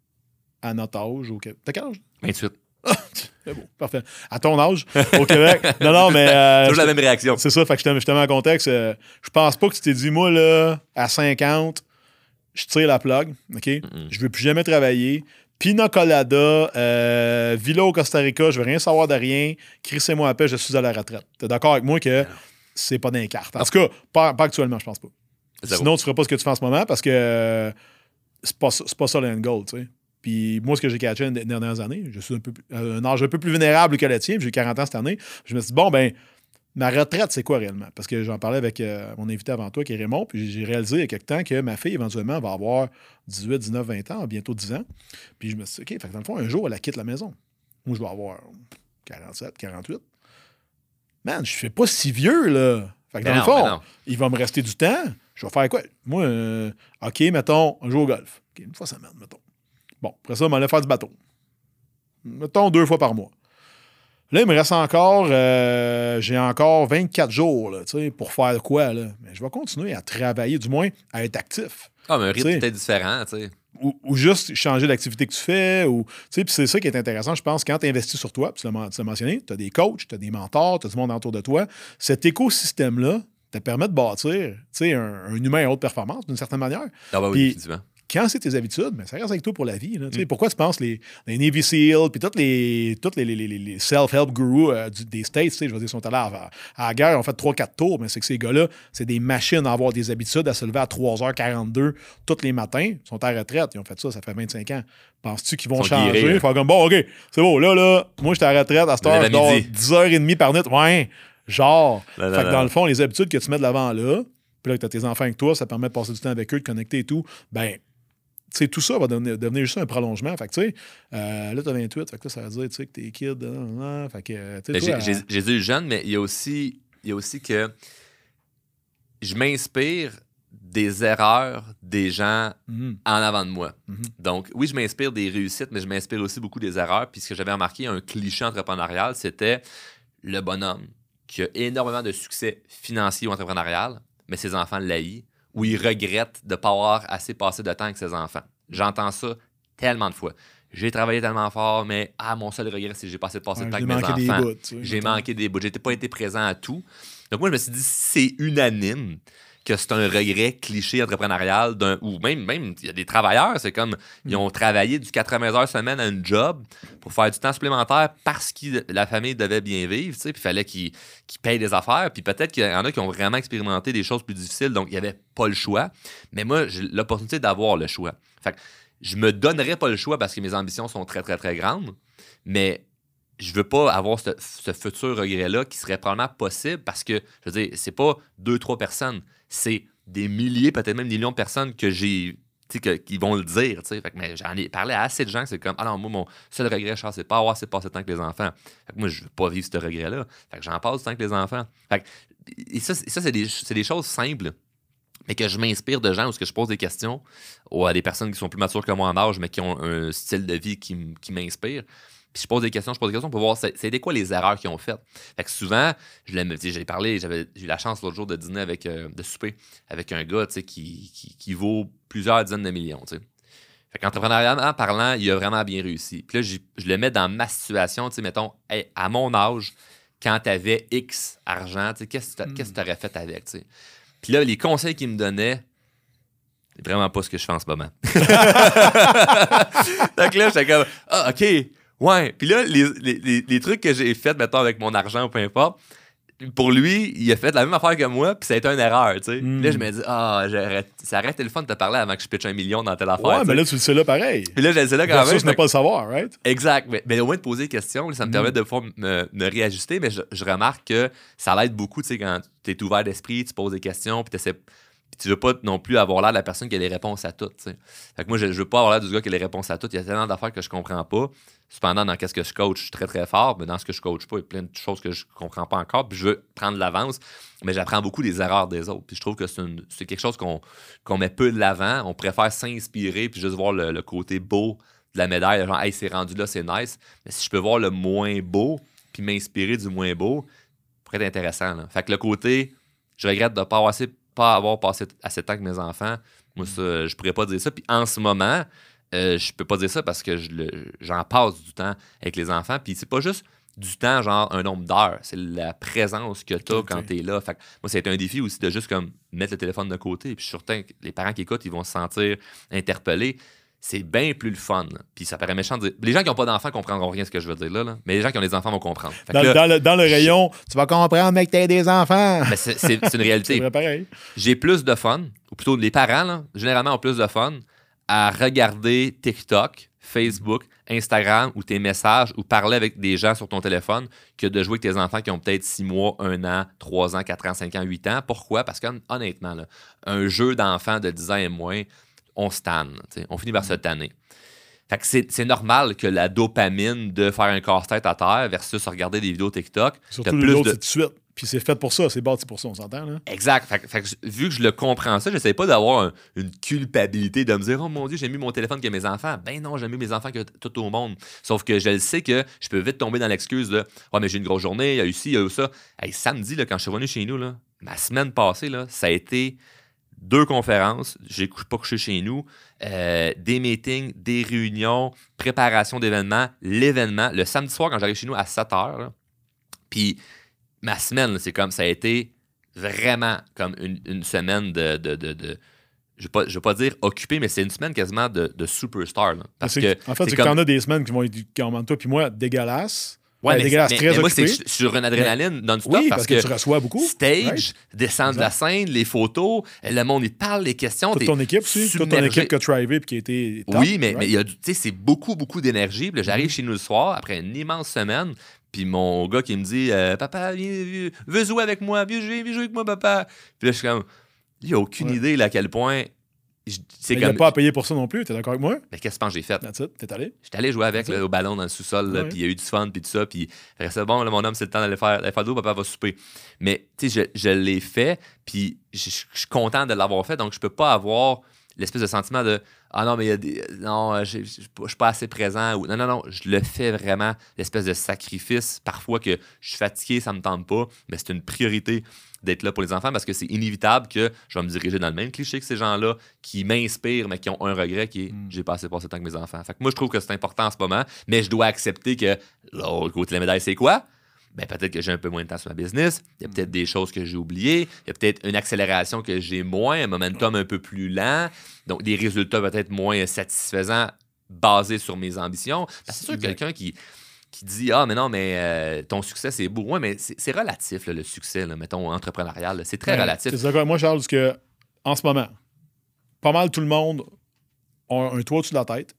à notre âge, au Québec. T'as quel âge? vingt-huit. C'est beau, parfait. À ton âge, au Québec. Non, non, mais. Euh, toujours la même réaction. C'est ça, fait que je te, je te mets en contexte. Euh, je pense pas que tu t'es dit, moi, là, à cinquante, je tire la plug, OK? Mm-mm. Je veux plus jamais travailler. Pina colada, euh, Villa au Costa Rica, je veux rien savoir de rien. Crissez-moi à paix, je suis à la retraite. T'es d'accord avec moi que c'est pas dans les cartes? En tout cas, pas, pas actuellement, je pense pas. Zéro. Sinon, tu ferais pas ce que tu fais en ce moment parce que euh, c'est pas, ça- c'est pas ça le end goal, tu sais. Puis moi, ce que j'ai catché les dernières années, je suis un peu plus- à un âge un peu plus vulnérable que le tien, puis j'ai quarante ans cette année. Je me suis dit, bon, ben, ma retraite, c'est quoi réellement? Parce que j'en parlais avec euh, mon invité avant toi, qui est Raymond, puis j'ai réalisé il y a quelque temps que ma fille, éventuellement, va avoir dix-huit, dix-neuf, vingt ans, bientôt dix ans. Puis je me suis dit, OK, fait que dans le fond, un jour, elle la quitte la maison. Moi, je vais avoir quarante-sept, quarante-huit. Man, je fais pas si vieux, là. Fait que dans Mais le non, mais fond, non. il va me rester du temps. Je vais faire quoi? Moi, euh, OK, mettons, un jour au golf. OK, une fois semaine, mettons. Bon, après ça, on m'allait faire du bateau. Mettons deux fois par mois. Là, il me reste encore, euh, j'ai encore vingt-quatre jours là, tu sais, pour faire quoi, là? Mais je vais continuer à travailler, du moins à être actif. Ah, mais un rythme T'sais. peut-être différent, tu sais. Ou, ou juste changer l'activité que tu fais. Ou, tu sais, puis c'est ça qui est intéressant, je pense, quand tu investis sur toi, puis tu l'as men- tu l'as mentionné, tu as des coachs, tu as des mentors, tu as du monde autour de toi. Cet écosystème-là te permet de bâtir tu sais, un, un humain à haute performance, d'une certaine manière. Ah, bah oui, Puis, définitivement. quand c'est tes habitudes, mais ça reste avec toi pour la vie. Là, mm. Pourquoi tu penses les, les Navy SEAL puis toutes les, toutes les, les, les, les self-help gurus euh, du, des States, je veux dire, sont allés à, à la guerre, ils ont fait trois quatre tours, mais c'est que ces gars-là, c'est des machines à avoir des habitudes, à se lever à trois heures quarante-deux tous les matins. Ils sont à la retraite, ils ont fait ça, ça fait vingt-cinq ans. Penses-tu qu'ils vont Ils sont changer? guéris, Ils font comme, bon, OK, c'est bon, là, là, moi, j'étais à la retraite, à cette heure, je dors midi. dix heures trente par nuit. Ouais, genre. Là, là, fait que là. dans le fond, les habitudes que tu mets de l'avant là, puis là, que tu as tes enfants avec toi, ça permet de passer du temps avec eux, de connecter et tout, ben, tu sais, tout ça va devenir, devenir juste un prolongement. Fait que, tu sais, euh, là, t'as vingt-huit, fait que là, ça veut dire, tu sais, que t'es kid. Hein, hein, fait que, tu sais, Ben, toi, j'ai- à- j'ai- J'ai eu jeune, mais il y a aussi, il y a aussi que je m'inspire des erreurs des gens Mhm, en avant de moi. mhm. Donc, oui, je m'inspire des réussites, mais je m'inspire aussi beaucoup des erreurs. Puis ce que j'avais remarqué, un cliché entrepreneurial, c'était le bonhomme qui a énormément de succès financier ou entrepreneurial, mais ses enfants l'haïssent, ou il regrette de ne pas avoir assez passé de temps avec ses enfants. J'entends ça tellement de fois. J'ai travaillé tellement fort, mais ah, mon seul regret, c'est que j'ai passé de passer Ouais, de temps j'ai avec mes manqué des enfants. bouts, tu sais, J'ai mettons. manqué des bouts. J'ai pas été présent à tout. Donc moi, je me suis dit, c'est unanime que c'est un regret cliché entrepreneurial d'un ou même même il y a des travailleurs, c'est comme ils ont travaillé du quatre-vingts heures semaine à une job pour faire du temps supplémentaire parce que la famille devait bien vivre, tu sais, puis il fallait qu'ils qu'ils payent des affaires, puis peut-être qu'il y en a qui ont vraiment expérimenté des choses plus difficiles, donc il n'y avait pas le choix. Mais moi, j'ai l'opportunité d'avoir le choix. Fait que je me donnerais pas le choix parce que mes ambitions sont très, très, très grandes, mais je veux pas avoir ce, ce futur regret-là qui serait probablement possible parce que, je veux dire, c'est pas deux, trois personnes, c'est des milliers, peut-être même des millions de personnes que j'ai, tu sais, que- qui vont le dire, tu sais. Fait que, mais j'en ai parlé à assez de gens que c'est comme, ah non, moi, mon seul regret, Charles, c'est pas avoir assez passé de temps avec les enfants. Fait que moi, je veux pas vivre ce regret-là. Fait que j'en passe du temps avec les enfants. Fait que, et ça, c'est- ça c'est des, c'est des choses simples, mais que je m'inspire de gens ou ce que je pose des questions ou à des personnes qui sont plus matures que moi en âge, mais qui ont un style de vie qui, m- qui m'inspire. Puis je pose des questions, je pose des questions pour voir c'est, c'est des quoi les erreurs qu'ils ont faites. Fait que souvent, je l'aime, tu sais, j'ai parlé, j'avais j'ai eu la chance l'autre jour de dîner avec, euh, de souper avec un gars, tu sais, qui, qui, qui vaut plusieurs dizaines de millions, tu sais. Fait qu'entrepreneurialement parlant, il a vraiment bien réussi. Puis là, j'y- je le mets dans ma situation, tu sais, mettons, hey, à mon âge, quand tu avais X argent, tu sais, qu'est-ce que tu aurais fait avec, tu sais. Puis là, les conseils qu'il me donnait, c'est vraiment pas ce que je fais en ce moment. Donc là, j'étais comme, ah, OK, ouais. Puis là, les, les, les, les trucs que j'ai faits, mettons, avec mon argent ou peu importe, pour lui, il a fait la même affaire que moi, puis ça a été une erreur, tu sais. Mm. Puis là, je me dis, ah, j'aurais- ça aurait été le fun de te parler avant que je pitche un million dans telle affaire. Ouais, tu sais. mais là, tu le sais là pareil. Puis là, je le sais là quand Versus même. ne fait que- pas le savoir, right? Exact. Mais, mais au moins de poser des questions, là, ça me Mm. permet de pouvoir me, me réajuster. Mais je, je remarque que ça l'aide beaucoup, tu sais, quand tu es ouvert d'esprit, tu poses des questions, puis tu essaies Puis tu veux pas non plus avoir l'air de la personne qui a les réponses à tout. T'sais. Fait que moi, je, je veux pas avoir l'air du gars qui a les réponses à tout. Il y a tellement d'affaires que je comprends pas. Cependant, dans qu'est-ce que je coach, je suis très, très fort. Mais dans ce que je coach pas, il y a plein de choses que je comprends pas encore. Puis je veux prendre l'avance. Mais j'apprends beaucoup des erreurs des autres. Puis je trouve que c'est, une, c'est quelque chose qu'on, qu'on met peu de l'avant. On préfère s'inspirer puis juste voir le, le côté beau de la médaille. Genre, hey, c'est rendu là, c'est nice. Mais si je peux voir le moins beau puis m'inspirer du moins beau, ça pourrait être intéressant. Là. Fait que le côté, je regrette de ne pas avoir, assez, pas avoir passé assez de temps avec mes enfants. Moi, ça, je pourrais pas dire ça. Puis en ce moment, Euh, je peux pas dire ça parce que je le, j'en passe du temps avec les enfants. Puis c'est pas juste du temps, genre un nombre d'heures. C'est la présence que tu as okay. quand tu es là. Fait que moi, c'est un défi aussi de juste comme mettre le téléphone de côté. Puis surtout, les parents qui écoutent, ils vont se sentir interpellés. C'est bien plus le fun. Là. Puis ça paraît méchant de dire. Les gens qui n'ont pas d'enfants comprendront rien de ce que je veux dire là, là. Mais les gens qui ont des enfants vont comprendre. Fait dans, là, dans, le, dans le rayon, je... tu vas comprendre, mec, t'as des enfants. Mais c'est, c'est, c'est une réalité. C'est vrai pareil. J'ai plus de fun, ou plutôt les parents, là, généralement, ont plus de fun à regarder TikTok, Facebook, Instagram ou tes messages ou parler avec des gens sur ton téléphone que de jouer avec tes enfants qui ont peut-être six mois, un an, trois ans, quatre ans, cinq ans, huit ans. Pourquoi? Parce que honnêtement, là, un jeu d'enfants de dix ans et moins, on se tanne. T'sais, on finit par se tanner. Fait que c'est, c'est normal que la dopamine de faire un casse-tête à terre versus regarder des vidéos TikTok. Surtout plus l'autre, de... c'est tout de suite. Puis c'est fait pour ça, c'est bâti pour ça, on s'entend, là? Exact. Fait, fait que, vu que je le comprends ça, j'essaie pas d'avoir un, une culpabilité de me dire « Oh mon Dieu, j'ai mis mon téléphone que mes enfants. » Ben non, j'ai mis mes enfants que tout au monde. Sauf que je le sais que je peux vite tomber dans l'excuse de « Oh, mais j'ai une grosse journée, il y a eu ci, il y a eu ça. » Hey, samedi, là, quand je suis revenu chez nous, là, ma semaine passée, là, ça a été deux conférences, j'ai pas couché chez nous, euh, des meetings, des réunions, préparation d'événements, l'événement. Le samedi soir, quand j'arrive chez nous à sept heures, puis ma semaine, là, c'est comme ça a été vraiment comme une, une semaine de. de, de, de je ne vais pas dire occupée, mais c'est une semaine quasiment de, de superstar. Là, parce que, en fait, c'est, c'est comme... que t'en as des semaines qui vont être, comme toi puis moi, dégueulasses. Ouais, euh, mais, dégueulasses mais, très mais moi, occupées. c'est sur une adrénaline mais, non-stop. Oui, parce, parce que, que tu reçois beaucoup. Stage, right. descendre de la scène, les photos, le monde, il te parle, les questions. Toute ton équipe aussi. Toute ton équipe qui a trivé et qui a été top. Oui, mais, right. mais il y a, c'est beaucoup, beaucoup d'énergie. Puis là, j'arrive mm-hmm. chez nous le soir, après une immense semaine. Puis mon gars qui me dit euh, Papa, viens, viens, veux jouer avec moi, viens jouer, viens jouer avec moi, papa. Puis là, je suis comme il n'y a aucune ouais. idée là, à quel point. Je, c'est mais comme... il n'y a pas à payer pour ça non plus, t'es d'accord avec moi? Mais qu'est-ce que tu penses que j'ai fait? That's it, t'es allé? J'étais allé jouer avec là, au ballon dans le sous-sol, ouais. Puis il y a eu du fun, puis tout ça. Puis c'est bon, là, mon homme, c'est le temps d'aller faire, d'aller faire de l'eau, papa va souper. Mais tu sais, je, je l'ai fait, puis je, je suis content de l'avoir fait, donc je peux pas avoir l'espèce de sentiment de ah non, mais il y a des. Non, je ne suis pas assez présent. Ou, non, non, non, je le fais vraiment, l'espèce de sacrifice. Parfois que je suis fatigué, ça ne me tente pas, mais c'est une priorité d'être là pour les enfants parce que c'est inévitable que je vais me diriger dans le même cliché que ces gens-là qui m'inspirent, mais qui ont un regret qui est mm. j'ai pas assez passé de temps avec mes enfants. Fait que moi, je trouve que c'est important en ce moment, mais je dois accepter que l'autre côté de la médaille, c'est quoi? Ben, peut-être que j'ai un peu moins de temps sur ma business. Il y a peut-être des choses que j'ai oubliées. Il y a peut-être une accélération que j'ai moins, un momentum un peu plus lent. Donc, des résultats peut-être moins satisfaisants basés sur mes ambitions. Parce que c'est sûr que quelqu'un qui, qui dit « Ah, mais non, mais euh, ton succès, c'est beau. » Ouais, mais c'est, c'est relatif, là, le succès, là, mettons, entrepreneurial. Là. C'est très ouais, relatif. C'est d'accord. Moi, Charles, parce que en ce moment, pas mal tout le monde a un toit au-dessus de la tête,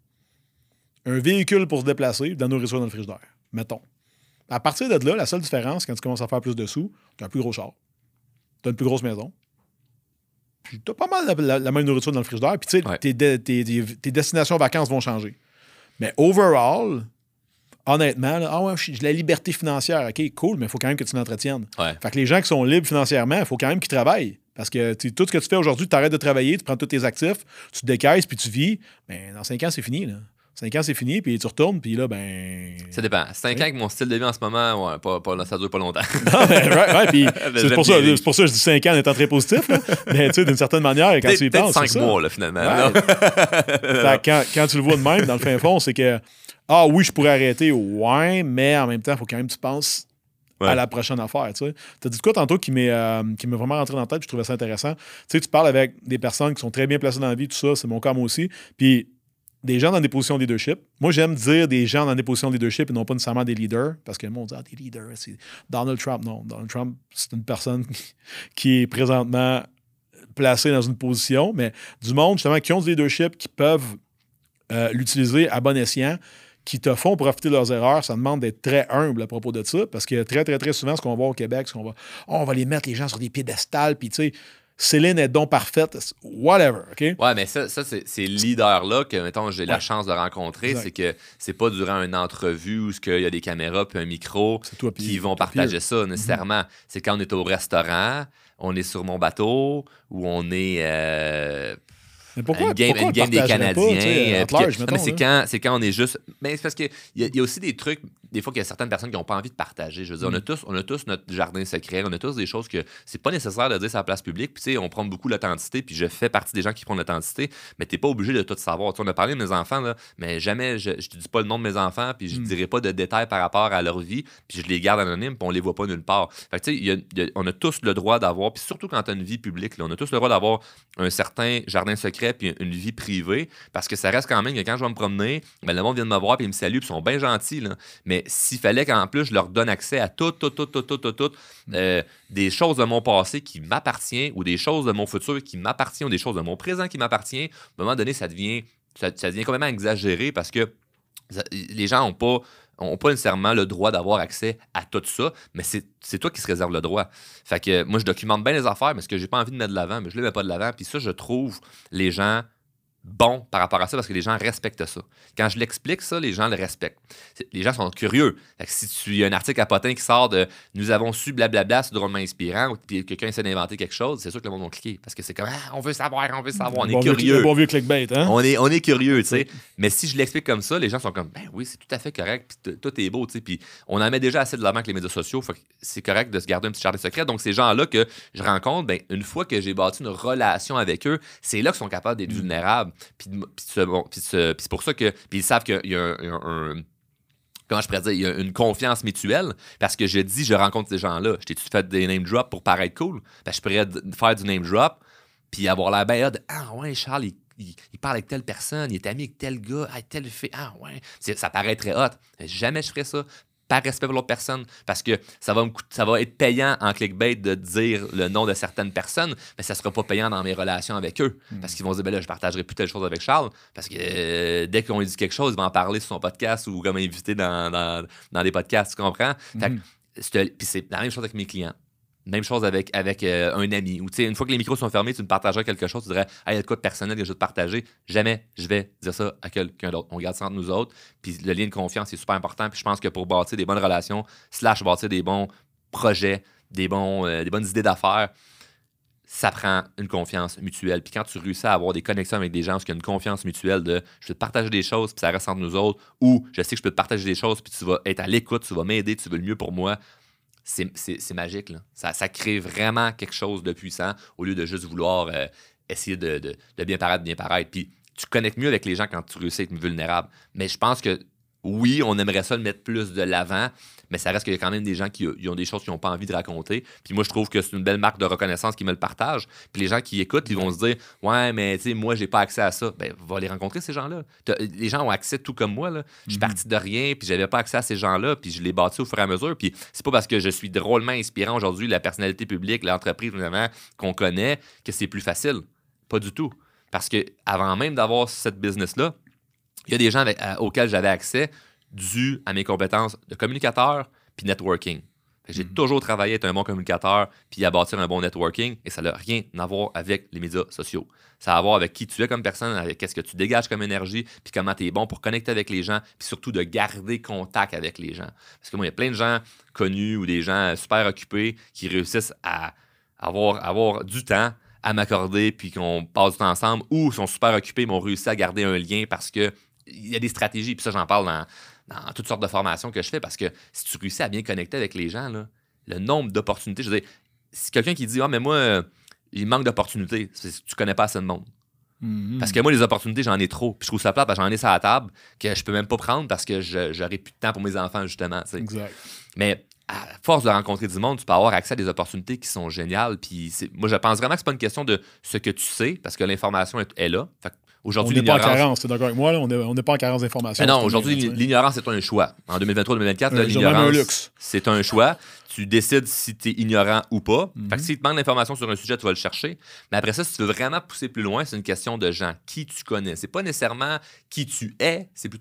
un véhicule pour se déplacer, de la nourriture dans le frigidaire, mettons. À partir de là, la seule différence, quand tu commences à faire plus de sous, tu as un plus gros char, tu as une plus grosse maison, puis tu as pas mal la, la, la même nourriture dans le frigidaire, puis tu sais, ouais. tes, tes, tes, tes destinations vacances vont changer. Mais overall, honnêtement, là, ah ouais, j'ai la liberté financière, OK, cool, mais il faut quand même que tu l'entretiennes. Ouais. Fait que les gens qui sont libres financièrement, il faut quand même qu'ils travaillent. Parce que tout ce que tu fais aujourd'hui, tu arrêtes de travailler, tu prends tous tes actifs, tu te décaisses, puis tu vis, bien, dans cinq ans, c'est fini, là. Cinq ans, c'est fini, puis tu retournes, puis là, ben... Ça dépend. Cinq ans avec mon style de vie en ce moment, ouais, pas, pas, ça dure pas longtemps. Non, mais, right, right, puis c'est, pour ça, c'est pour ça que je dis cinq ans en étant très positif. Là. Mais tu sais, d'une certaine manière, quand peut-être, tu y penses, cinq c'est mois, ça. là, finalement. Ouais. Fait, quand, quand tu le vois de même, dans le fin fond, c'est que, ah oui, je pourrais arrêter, ouais, mais en même temps, il faut quand même que tu penses ouais. à la prochaine affaire. Tu as dit quoi tantôt qui m'est, euh, qui m'est vraiment rentré dans la tête, puis je trouvais ça intéressant. Tu sais, tu parles avec des personnes qui sont très bien placées dans la vie, tout ça, c'est mon cas moi aussi, puis des gens dans des positions de leadership. Moi, j'aime dire des gens dans des positions de leadership et non pas nécessairement des leaders, parce que le monde dit ah, des leaders, c'est Donald Trump. Non, Donald Trump, c'est une personne qui est présentement placée dans une position, mais du monde, justement, qui ont du leadership, qui peuvent euh, l'utiliser à bon escient, qui te font profiter de leurs erreurs. Ça demande d'être très humble à propos de ça, parce que très, très, très souvent, ce qu'on va voir au Québec, c'est qu'on va, oh, on va les mettre, les gens, sur des piédestals, puis tu sais, Céline est donc parfaite, whatever, OK? Ouais, mais ça, ça c'est ces leaders-là que, mettons, j'ai ouais. la chance de rencontrer, Exact. c'est que c'est pas durant une entrevue où il y a des caméras puis un micro toi, puis, qui vont toi, partager puis ça, nécessairement. Mm-hmm. C'est quand on est au restaurant, on est sur mon bateau, ou on est... Euh, Mais pourquoi, une game, pourquoi une game des Canadiens. Pas, large, que, mettons, non, mais c'est quand, c'est quand on est juste... Mais c'est parce qu'il y, y a aussi des trucs, des fois qu'il y a certaines personnes qui n'ont pas envie de partager. Je veux dire, mm. on, a tous, on a tous notre jardin secret, on a tous des choses que c'est pas nécessaire de dire sur la place publique. Puis tu sais, on prend beaucoup l'authenticité, puis je fais partie des gens qui prennent l'authenticité, mais t'es pas obligé de tout savoir. Tu sais, on a parlé de mes enfants, là, mais jamais je, je te dis pas le nom de mes enfants, puis je mm. dirai pas de détails par rapport à leur vie, puis je les garde anonymes, puis on les voit pas nulle part. Fait que tu sais, y a, y a, on a tous le droit d'avoir, puis surtout quand t'as une vie publique, là, on a tous le droit d'avoir un certain jardin secret, puis une vie privée, parce que ça reste quand même que quand je vais me promener, ben, le monde vient de me voir, puis ils me saluent, puis ils sont bien gentils, là. Mais s'il fallait qu'en plus je leur donne accès à tout, tout, tout, tout, tout, tout, tout euh, des choses de mon passé qui m'appartiennent, ou des choses de mon futur qui m'appartiennent, ou des choses de mon présent qui m'appartiennent, à un moment donné, ça devient, ça, ça devient complètement exagéré parce que ça, les gens n'ont pas n'ont pas nécessairement le droit d'avoir accès à tout ça, mais c'est, c'est toi qui se réserve le droit. Fait que moi, je documente bien les affaires, mais ce que j'ai pas envie de mettre de l'avant, mais je ne le mets pas de l'avant. Puis ça, je trouve les gens bon par rapport à ça parce que les gens respectent ça. Quand je l'explique, ça, les gens le respectent. Les gens sont curieux. Fait que si tu y a un article à Potin qui sort de « Nous avons su blablabla, c'est drôlement inspirant » ou puis quelqu'un essaie d'inventer quelque chose, c'est sûr que le monde va cliquer parce que c'est comme ah, « On veut savoir, on veut savoir, on est bon curieux. » Le bon vieux clickbait, hein? On est, on est curieux, tu sais. Mais si je l'explique comme ça, les gens sont comme « Ben oui, c'est tout à fait correct, puis tout est beau, tu sais. » Puis on en met déjà assez de l'avant avec les médias sociaux, fait que c'est correct de se garder un petit jardin secret. Donc ces gens-là que je rencontre, ben une fois que j'ai bâti une relation avec eux, c'est là qu'ils sont capables d'être mmh. vulnérables. Puis, puis Bon, puis c'est pour ça que puis ils savent qu'il y a un, un, un comment je pourrais dire, il y a une confiance mutuelle parce que je dis je rencontre ces gens-là. Je t'ai-tu fait des name drops pour paraître cool? Ben, je pourrais d- faire du name drop puis avoir l'air bien de ah ouais Charles il, il, il parle avec telle personne, il est ami avec tel gars, avec telle fille, ah ouais, c'est, ça paraît très hot. Jamais je ferais ça. Par respect pour l'autre personne, parce que ça va, me coûter, ça va être payant en clickbait de dire le nom de certaines personnes, mais ça ne sera pas payant dans mes relations avec eux. Mm. Parce qu'ils vont se dire, ben là, je ne partagerai plus telle chose avec Charles, parce que euh, dès qu'on lui dit quelque chose, il va en parler sur son podcast ou comme invité dans, dans, dans des podcasts, tu comprends? Mm. Fait que, c'est, puis c'est la même chose avec mes clients. Même chose avec, avec euh, un ami. Ou, une fois que les micros sont fermés, tu me partageras quelque chose, tu dirais hey, il y a de quoi de personnel que je veux te partager. Jamais je vais dire ça à quelqu'un d'autre. On garde ça entre nous autres. Puis le lien de confiance est super important. Puis je pense que pour bâtir des bonnes relations, slash bâtir des bons projets, des, bons, euh, des bonnes idées d'affaires, ça prend une confiance mutuelle. Puis quand tu réussis à avoir des connexions avec des gens, parce qu'il y a une confiance mutuelle de je vais te partager des choses, puis ça reste entre nous autres, ou je sais que je peux te partager des choses, puis tu vas être à l'écoute, tu vas m'aider, tu veux le mieux pour moi. C'est, c'est, c'est magique, là. Ça, ça crée vraiment quelque chose de puissant au lieu de juste vouloir euh, essayer de, de, de bien paraître, bien paraître. Puis tu connectes mieux avec les gens quand tu réussis à être vulnérable. Mais je pense que oui, on aimerait ça le mettre plus de l'avant, mais ça reste qu'il y a quand même des gens qui ils ont des choses qu'ils n'ont pas envie de raconter. Puis moi, je trouve que c'est une belle marque de reconnaissance qu'ils me le partagent. Puis les gens qui écoutent, ils vont se dire « Ouais, mais tu sais, moi, j'ai pas accès à ça. » Ben, va les rencontrer, ces gens-là. T'as, les gens ont accès tout comme moi, là. Je suis mm-hmm. parti de rien, puis j'avais pas accès à ces gens-là, puis je l'ai bâti au fur et à mesure. Puis c'est pas parce que je suis drôlement inspirant aujourd'hui, la personnalité publique, l'entreprise, vraiment, qu'on connaît, que c'est plus facile. Pas du tout. Parce que avant même d'avoir cette business-là, il y a des gens avec, à, auxquels j'avais accès dû à mes compétences de communicateur puis networking. J'ai mm-hmm. toujours travaillé à être un bon communicateur puis à bâtir un bon networking et ça n'a rien à voir avec les médias sociaux. Ça a à voir avec qui tu es comme personne, avec qu'est-ce que tu dégages comme énergie puis comment tu es bon pour connecter avec les gens puis surtout de garder contact avec les gens. Parce que moi, il y a plein de gens connus ou des gens super occupés qui réussissent à avoir, avoir du temps à m'accorder puis qu'on passe du temps ensemble ou sont super occupés mais ont réussi à garder un lien parce que il y a des stratégies puis ça, j'en parle dans dans toutes sortes de formations que je fais, parce que si tu réussis à bien connecter avec les gens, là, le nombre d'opportunités, je veux dire, si quelqu'un qui dit « Ah, mais moi, euh, il manque d'opportunités », c'est que tu connais pas assez de monde. Mm-hmm. Parce que moi, les opportunités, j'en ai trop. Puis je trouve ça plate parce que j'en ai sur la table que je peux même pas prendre parce que je j'aurai plus de temps pour mes enfants, justement. T'sais. Exact. Mais à force de rencontrer du monde, tu peux avoir accès à des opportunités qui sont géniales. Puis c'est, moi, je pense vraiment que c'est pas une question de ce que tu sais, parce que l'information est, est là. Fait aujourd'hui, on n'est pas en carence, tu es d'accord avec moi, là? On n'est pas en carence d'informations. Mais non, aujourd'hui, l'ignorance, c'est un choix. En deux mille vingt-trois deux mille vingt-quatre, euh, là, l'ignorance, c'est un choix. Tu décides si tu es ignorant ou pas. Mm-hmm. Fait que si tu demandes l'information sur un sujet, tu vas le chercher. Mais après ça, si tu veux vraiment pousser plus loin, c'est une question de gens. Qui tu connais? C'est pas nécessairement qui tu es, c'est plutôt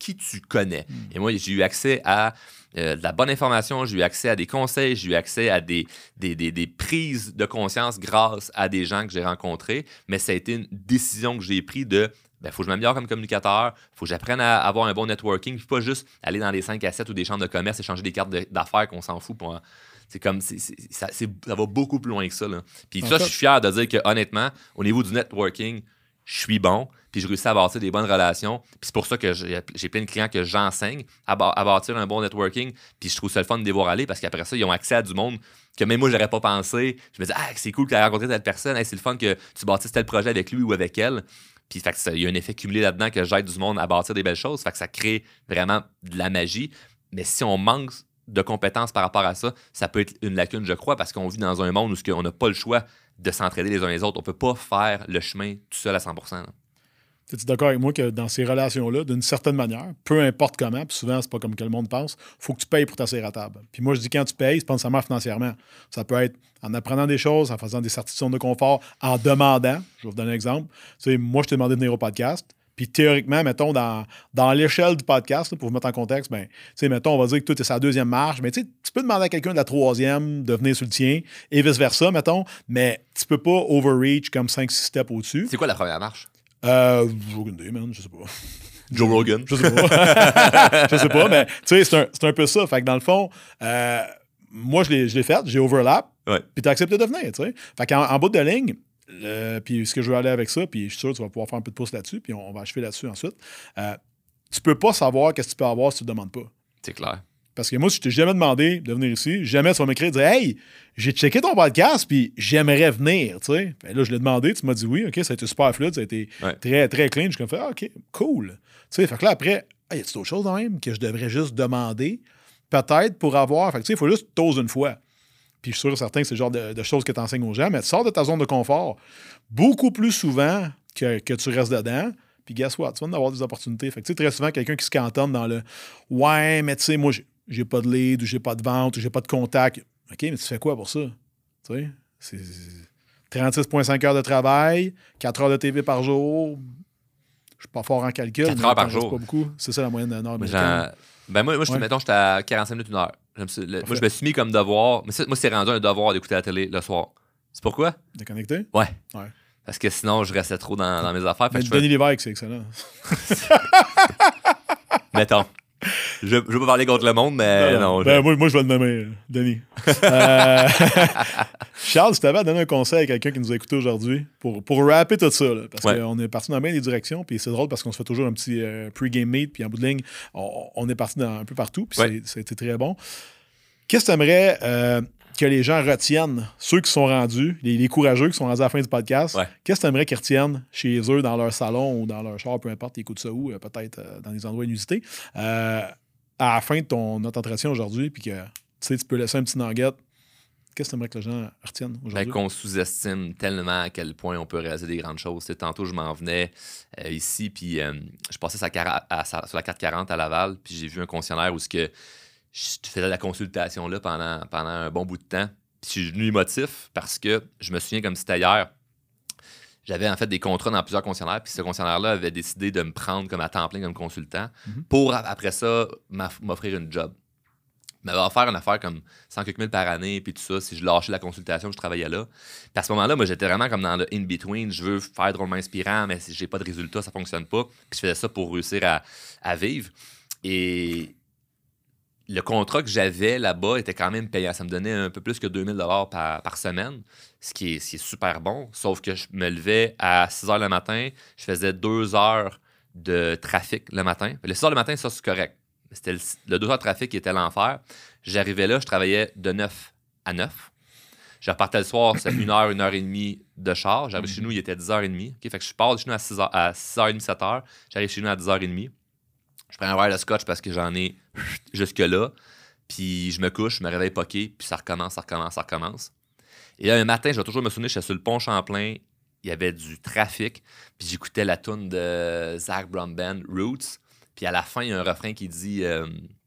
qui tu connais. Mm. Et moi, j'ai eu accès à euh, de la bonne information, j'ai eu accès à des conseils, j'ai eu accès à des, des, des, des prises de conscience grâce à des gens que j'ai rencontrés. Mais ça a été une décision que j'ai prise de il ben, faut que je m'améliore comme communicateur, il faut que j'apprenne à avoir un bon networking, puis pas juste aller dans les cinq à sept ou des chambres de commerce, échanger des cartes de, d'affaires qu'on s'en fout. Pour, c'est comme, c'est, c'est, ça, c'est, ça va beaucoup plus loin que ça. Là. Puis en ça, fait, je suis fier de dire que honnêtement, au niveau du networking, je suis bon, puis je réussis à bâtir des bonnes relations. Puis c'est pour ça que j'ai, j'ai plein de clients que j'enseigne à, à bâtir un bon networking. Puis je trouve ça le fun de les voir aller parce qu'après ça, ils ont accès à du monde que même moi, j'aurais pas pensé. Je me dis, ah, c'est cool que tu aies rencontré telle personne. Hey, c'est le fun que tu bâtisses tel projet avec lui ou avec elle. Puis fait que ça, il y a un effet cumulé là-dedans que j'aide du monde à bâtir des belles choses. Fait que ça crée vraiment de la magie. Mais si on manque de compétences par rapport à ça, ça peut être une lacune, je crois, parce qu'on vit dans un monde où on n'a pas le choix de s'entraider les uns les autres. On peut pas faire le chemin tout seul à cent pour cent. Là. Es-tu d'accord avec moi que dans ces relations-là, d'une certaine manière, peu importe comment, puis souvent, c'est pas comme que le monde pense, il faut que tu payes pour t'asseoir à table. Puis moi, je dis quand tu payes, c'est pas nécessairement financièrement. Ça peut être en apprenant des choses, en faisant des certitudes de confort, en demandant. Je vais vous donner un exemple. Tu sais, moi, je t'ai demandé de venir au podcast. Puis théoriquement, mettons, dans, dans l'échelle du podcast, là, pour vous mettre en contexte, ben, tu sais, mettons, on va dire que toi, tu es sa deuxième marche, mais tu sais, tu peux demander à quelqu'un de la troisième de venir sur le tien, et vice-versa, mettons, mais tu peux pas overreach comme cinq six steps au-dessus. C'est quoi la première marche? Euh, aucune idée, man, je sais pas. Joe Rogan. Je sais pas. Je sais pas, mais tu sais, c'est un, c'est un peu ça. Fait que dans le fond, euh, moi, je l'ai, je l'ai fait, j'ai overlap, ouais. Puis t'as accepté de venir, tu sais. Fait qu'en en bout de ligne, euh, puis ce que je veux aller avec ça, puis je suis sûr que tu vas pouvoir faire un peu de pouce là-dessus, puis on, on va achever là-dessus ensuite. Euh, tu peux pas savoir qu'est-ce que tu peux avoir si tu te demandes pas. C'est clair. Parce que moi, si je t'ai jamais demandé de venir ici, jamais tu vas m'écrire et dire « Hey, j'ai checké ton podcast, puis j'aimerais venir. » Tu sais. Ben là, je l'ai demandé, tu m'as dit oui, OK, ça a été super fluide, ça a été ouais. très, très clean. Je suis comme fait, ah, OK, cool. Tu sais, fait que là, après, hey, y a-t-il d'autres choses quand même que je devrais juste demander, peut-être pour avoir. Fait que tu sais, il faut juste t'oses une fois. Puis je suis sûr certain que c'est le genre de, de choses que tu enseignes aux gens, mais tu sors de ta zone de confort beaucoup plus souvent que, que tu restes dedans. Puis guess what? Tu vas en avoir des opportunités. Fait que tu sais, très souvent, quelqu'un qui se cantonne dans le « Ouais, mais tu sais, moi, j'ai, j'ai pas de lead, ou j'ai pas de vente, ou j'ai pas de contact. » OK, mais tu fais quoi pour ça? Tu sais, c'est trente-six virgule cinq heures de travail, quatre heures de T V par jour. Je suis pas fort en calcul. quatre heures par jour. C'est pas beaucoup. C'est ça la moyenne d'un heure américaine. Ben moi, moi je, ouais. mettons, j'étais à quarante-cinq minutes, une heure. Le, moi, je me suis mis comme devoir. Mais ça, moi, c'est rendu un devoir d'écouter la télé le soir. C'est pourquoi? Déconnecté? Ouais. Ouais. Parce que sinon, je restais trop dans, dans mes affaires. Mais Denis Lévesque, c'est excellent. Mettons. Je ne veux pas parler contre le monde, mais non. non, non ben, je... moi, moi, je vais le nommer, Denis. euh... Charles, si tu avais à donner un conseil à quelqu'un qui nous a écouté aujourd'hui pour, pour rapper tout ça, là, parce ouais. qu'on est parti dans bien des directions, puis c'est drôle parce qu'on se fait toujours un petit euh, pre-game meet, puis en bout de ligne, on, on est parti dans un peu partout, puis ouais. ça a été très bon. Qu'est-ce que tu aimerais euh, que les gens retiennent, ceux qui sont rendus, les, les courageux qui sont rendus à la fin du podcast, ouais. qu'est-ce que tu aimerais qu'ils retiennent chez eux, dans leur salon ou dans leur char, peu importe, ils écoutent ça où, euh, peut-être euh, dans des endroits inusités, euh, à la fin de ton, notre entretien aujourd'hui, puis que tu sais, tu peux laisser un petit nugget. Qu'est-ce que tu aimerais que les gens retiennent aujourd'hui? Ben, qu'on sous-estime tellement à quel point on peut réaliser des grandes choses. T'sais, tantôt, je m'en venais euh, ici, puis euh, je passais sa car- à, à, sur la quatre quarante à Laval, puis j'ai vu un concessionnaire où ce que je faisais la consultation là pendant, pendant un bon bout de temps. Puis je suis venu émotif parce que je me souviens comme si c'était hier. J'avais en fait des contrats dans plusieurs concessionnaires, puis ce concessionnaire-là avait décidé de me prendre comme à temps plein comme consultant mm-hmm. pour, après ça, m'offrir une job. Il m'avait offert une affaire comme cent quelques mille par année, puis tout ça, si je lâchais la consultation, je travaillais là. Puis à ce moment-là, moi, j'étais vraiment comme dans le in-between. Je veux faire drôlement inspirant, mais si j'ai pas de résultat, ça fonctionne pas. Puis je faisais ça pour réussir à, à vivre. Et le contrat que j'avais là-bas était quand même payant. Ça me donnait un peu plus que deux mille dollars par, par semaine, ce qui, est, ce qui est super bon. Sauf que je me levais à six heures le matin, je faisais deux heures de trafic le matin. Les six heures le matin, ça, c'est correct. C'était le, le deux heures de trafic qui était l'enfer. J'arrivais là, je travaillais de neuf à neuf. Je repartais le soir, c'était une heure, une heure et demie de char. J'arrive chez nous, il était dix heures trente. Okay? Fait que je pars de chez nous à six heures, à six heures trente, sept heures. J'arrive chez nous à dix heures trente. Je prends un verre de scotch parce que j'en ai jusque-là. Puis je me couche, je me réveille poqué, puis ça recommence, ça recommence, ça recommence. Et là, un matin, je vais toujours me souvenir, j'étais sur le pont Champlain, il y avait du trafic, puis j'écoutais la tune de Zach Brown Band, Roots. Puis à la fin, il y a un refrain qui dit euh,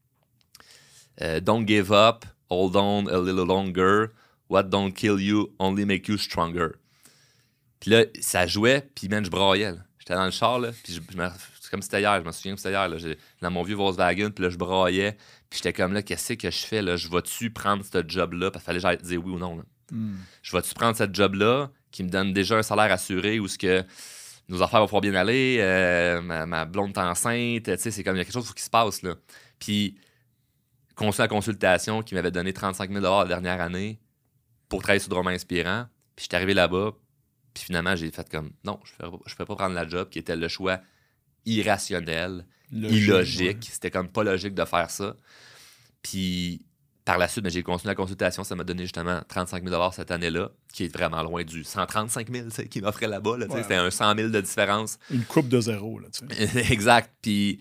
euh, Don't give up, hold on a little longer. What don't kill you only make you stronger. Puis là, ça jouait, puis man, je braillais. Là. J'étais dans le char, là, puis je, je me, C'est comme si c'était hier, je me souviens que c'était hier. Là, j'ai, dans mon vieux Volkswagen, puis là, je braillais. Puis j'étais comme là, qu'est-ce que je fais? Là? Je vais-tu prendre ce job-là? Parce qu'il fallait dire oui ou non. Là. Mm. Je vais-tu prendre cette job-là qui me donne déjà un salaire assuré ou ce que nos affaires vont pouvoir bien aller, euh, ma, ma blonde est enceinte, tu sais, c'est comme il y a quelque chose qui se passe. Là. Puis, conçu la consultation qui m'avait donné trente-cinq mille dollars la dernière année pour travailler sur Drôme Inspirant. Puis, j'étais arrivé là-bas. Puis, finalement, j'ai fait comme non, je ne peux pas prendre la job qui était le choix irrationnel, logique, illogique. Ouais. C'était comme pas logique de faire ça. Puis, par la suite, ben, j'ai continué la consultation. Ça m'a donné justement trente-cinq mille dollars cette année-là, qui est vraiment loin du cent trente-cinq mille qu'il m'offrait là-bas. Là, ouais. C'était un cent mille de différence. Une coupe de zéro. Là, exact. Puis,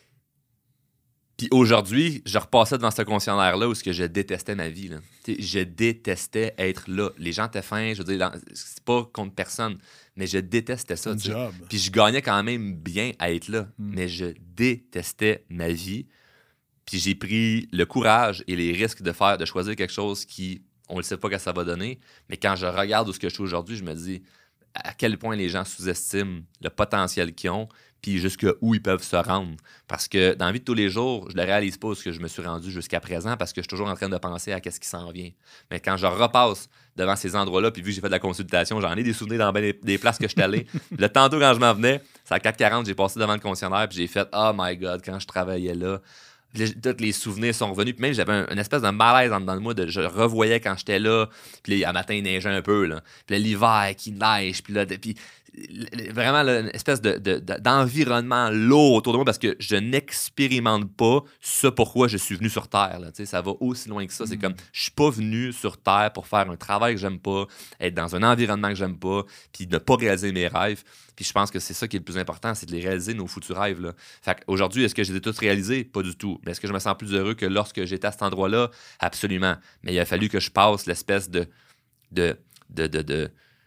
puis aujourd'hui, je repassais devant ce concessionnaire-là où ce que je détestais ma vie. Là. Je détestais être là. Les gens étaient fins. Je veux dire, c'est pas contre personne, mais je détestais ça. Puis je gagnais quand même bien à être là, mm. mais je détestais ma vie. Puis j'ai pris le courage et les risques de faire, de choisir quelque chose qui, on ne sait pas ce que ça va donner. Mais quand je regarde où ce que je suis aujourd'hui, je me dis à quel point les gens sous-estiment le potentiel qu'ils ont, puis jusqu'où ils peuvent se rendre. Parce que dans la vie de tous les jours, je ne le réalise pas où ce que je me suis rendu jusqu'à présent parce que je suis toujours en train de penser à ce qui s'en vient. Mais quand je repasse devant ces endroits-là, puis vu que j'ai fait de la consultation, j'en ai des souvenirs dans ben des, des places que je suis allé. Le tantôt, quand je m'en venais, c'est à quatre quarante, j'ai passé devant le concessionnaire, puis j'ai fait « Oh my God, quand je travaillais là », tous les souvenirs sont revenus. Puis même, j'avais un, une espèce de malaise en dedans de moi. De, je revoyais quand j'étais là. Puis là, à matin, il neigeait un peu. Là. Puis là, l'hiver qui neige. Puis là, de, puis, vraiment, là, une espèce de, de, de, d'environnement lourd autour de moi parce que je n'expérimente pas ce pourquoi je suis venu sur Terre. Là. Ça va aussi loin que ça. Mm-hmm. C'est comme, je suis pas venu sur Terre pour faire un travail que j'aime pas, être dans un environnement que j'aime pas, puis ne pas réaliser mes rêves. Puis je pense que c'est ça qui est le plus important, c'est de les réaliser, nos futurs rêves. Là. Fait qu'aujourd'hui, est-ce que je les ai tous réalisés? Pas du tout. Mais est-ce que je me sens plus heureux que lorsque j'étais à cet endroit-là? Absolument. Mais il a fallu que je passe l'espèce de de, de, de, de,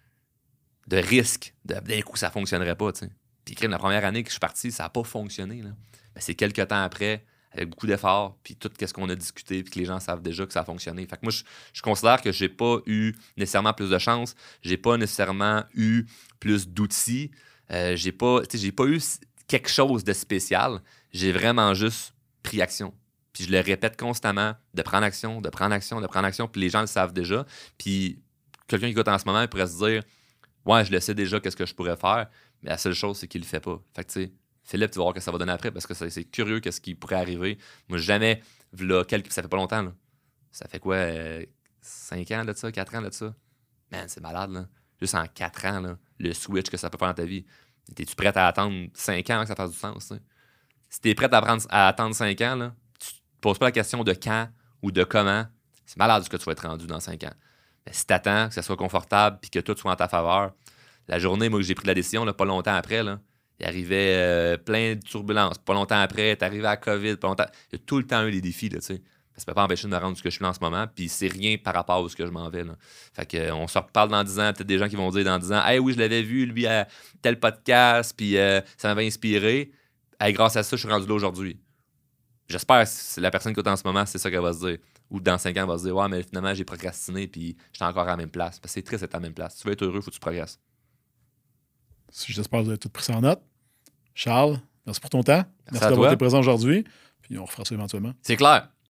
de risque. De, d'un coup, ça ne fonctionnerait pas. T'sais. Puis la première année que je suis parti, ça n'a pas fonctionné. Là. Ben, c'est quelques temps après, avec beaucoup d'efforts, puis tout ce qu'on a discuté, puis que les gens savent déjà que ça a fonctionné. Fait que moi, je, je considère que j'ai pas eu nécessairement plus de chance, j'ai pas nécessairement eu plus d'outils, euh, j'ai pas, j'ai pas eu quelque chose de spécial, j'ai vraiment juste pris action. Puis je le répète constamment, de prendre action, de prendre action, de prendre action, puis les gens le savent déjà. Puis quelqu'un qui écoute en ce moment, il pourrait se dire « Ouais, je le sais déjà, qu'est-ce que je pourrais faire? » Mais la seule chose, c'est qu'il le fait pas. Fait que tu sais, Philippe, tu vas voir que ça va donner après parce que c'est, c'est curieux qu'est-ce qui pourrait arriver. Moi, jamais, là, quelques, ça fait pas longtemps, là. Ça fait quoi, euh, cinq ans de ça, quatre ans de ça? Man, c'est malade, là. Juste en quatre ans, là, le switch que ça peut faire dans ta vie. Es-tu prêt à attendre cinq ans avant que ça fasse du sens, t'sais? Si t'es prêt à, prendre, à attendre cinq ans, là, tu te poses pas la question de quand ou de comment. C'est malade ce que tu vas être rendu dans cinq ans. Mais si t'attends, que ça soit confortable puis que tout soit en ta faveur, la journée, moi, que j'ai pris la décision, là, pas longtemps après, là, il arrivait euh, plein de turbulences. Pas longtemps après, t'es arrivé à la COVID. Pas longtemps... Il y a tout le temps eu des défis, là, tu sais. Ça ne peut pas empêcher de me rendre ce que je suis là en ce moment. Puis c'est rien par rapport à ce que je m'en vais. Là. Fait que, euh, on se reparle dans dix ans. Peut-être des gens qui vont dire dans dix ans « Hey, oui, je l'avais vu, lui, à tel podcast. Puis euh, ça m'avait inspiré. Hey, grâce à ça, je suis rendu là aujourd'hui. » J'espère que la personne qui est en ce moment, c'est ça qu'elle va se dire. Ou dans cinq ans, elle va se dire « Ouais, mais finalement, j'ai procrastiné. Puis j'étais encore à la même place. » Parce que c'est triste d'être à la même place. Si tu veux être heureux, il faut que tu progresses. J'espère que vous avez tout pris ça en note. Charles, merci pour ton temps. Merci, merci d'avoir été présent aujourd'hui. Puis on refera ça éventuellement. C'est clair.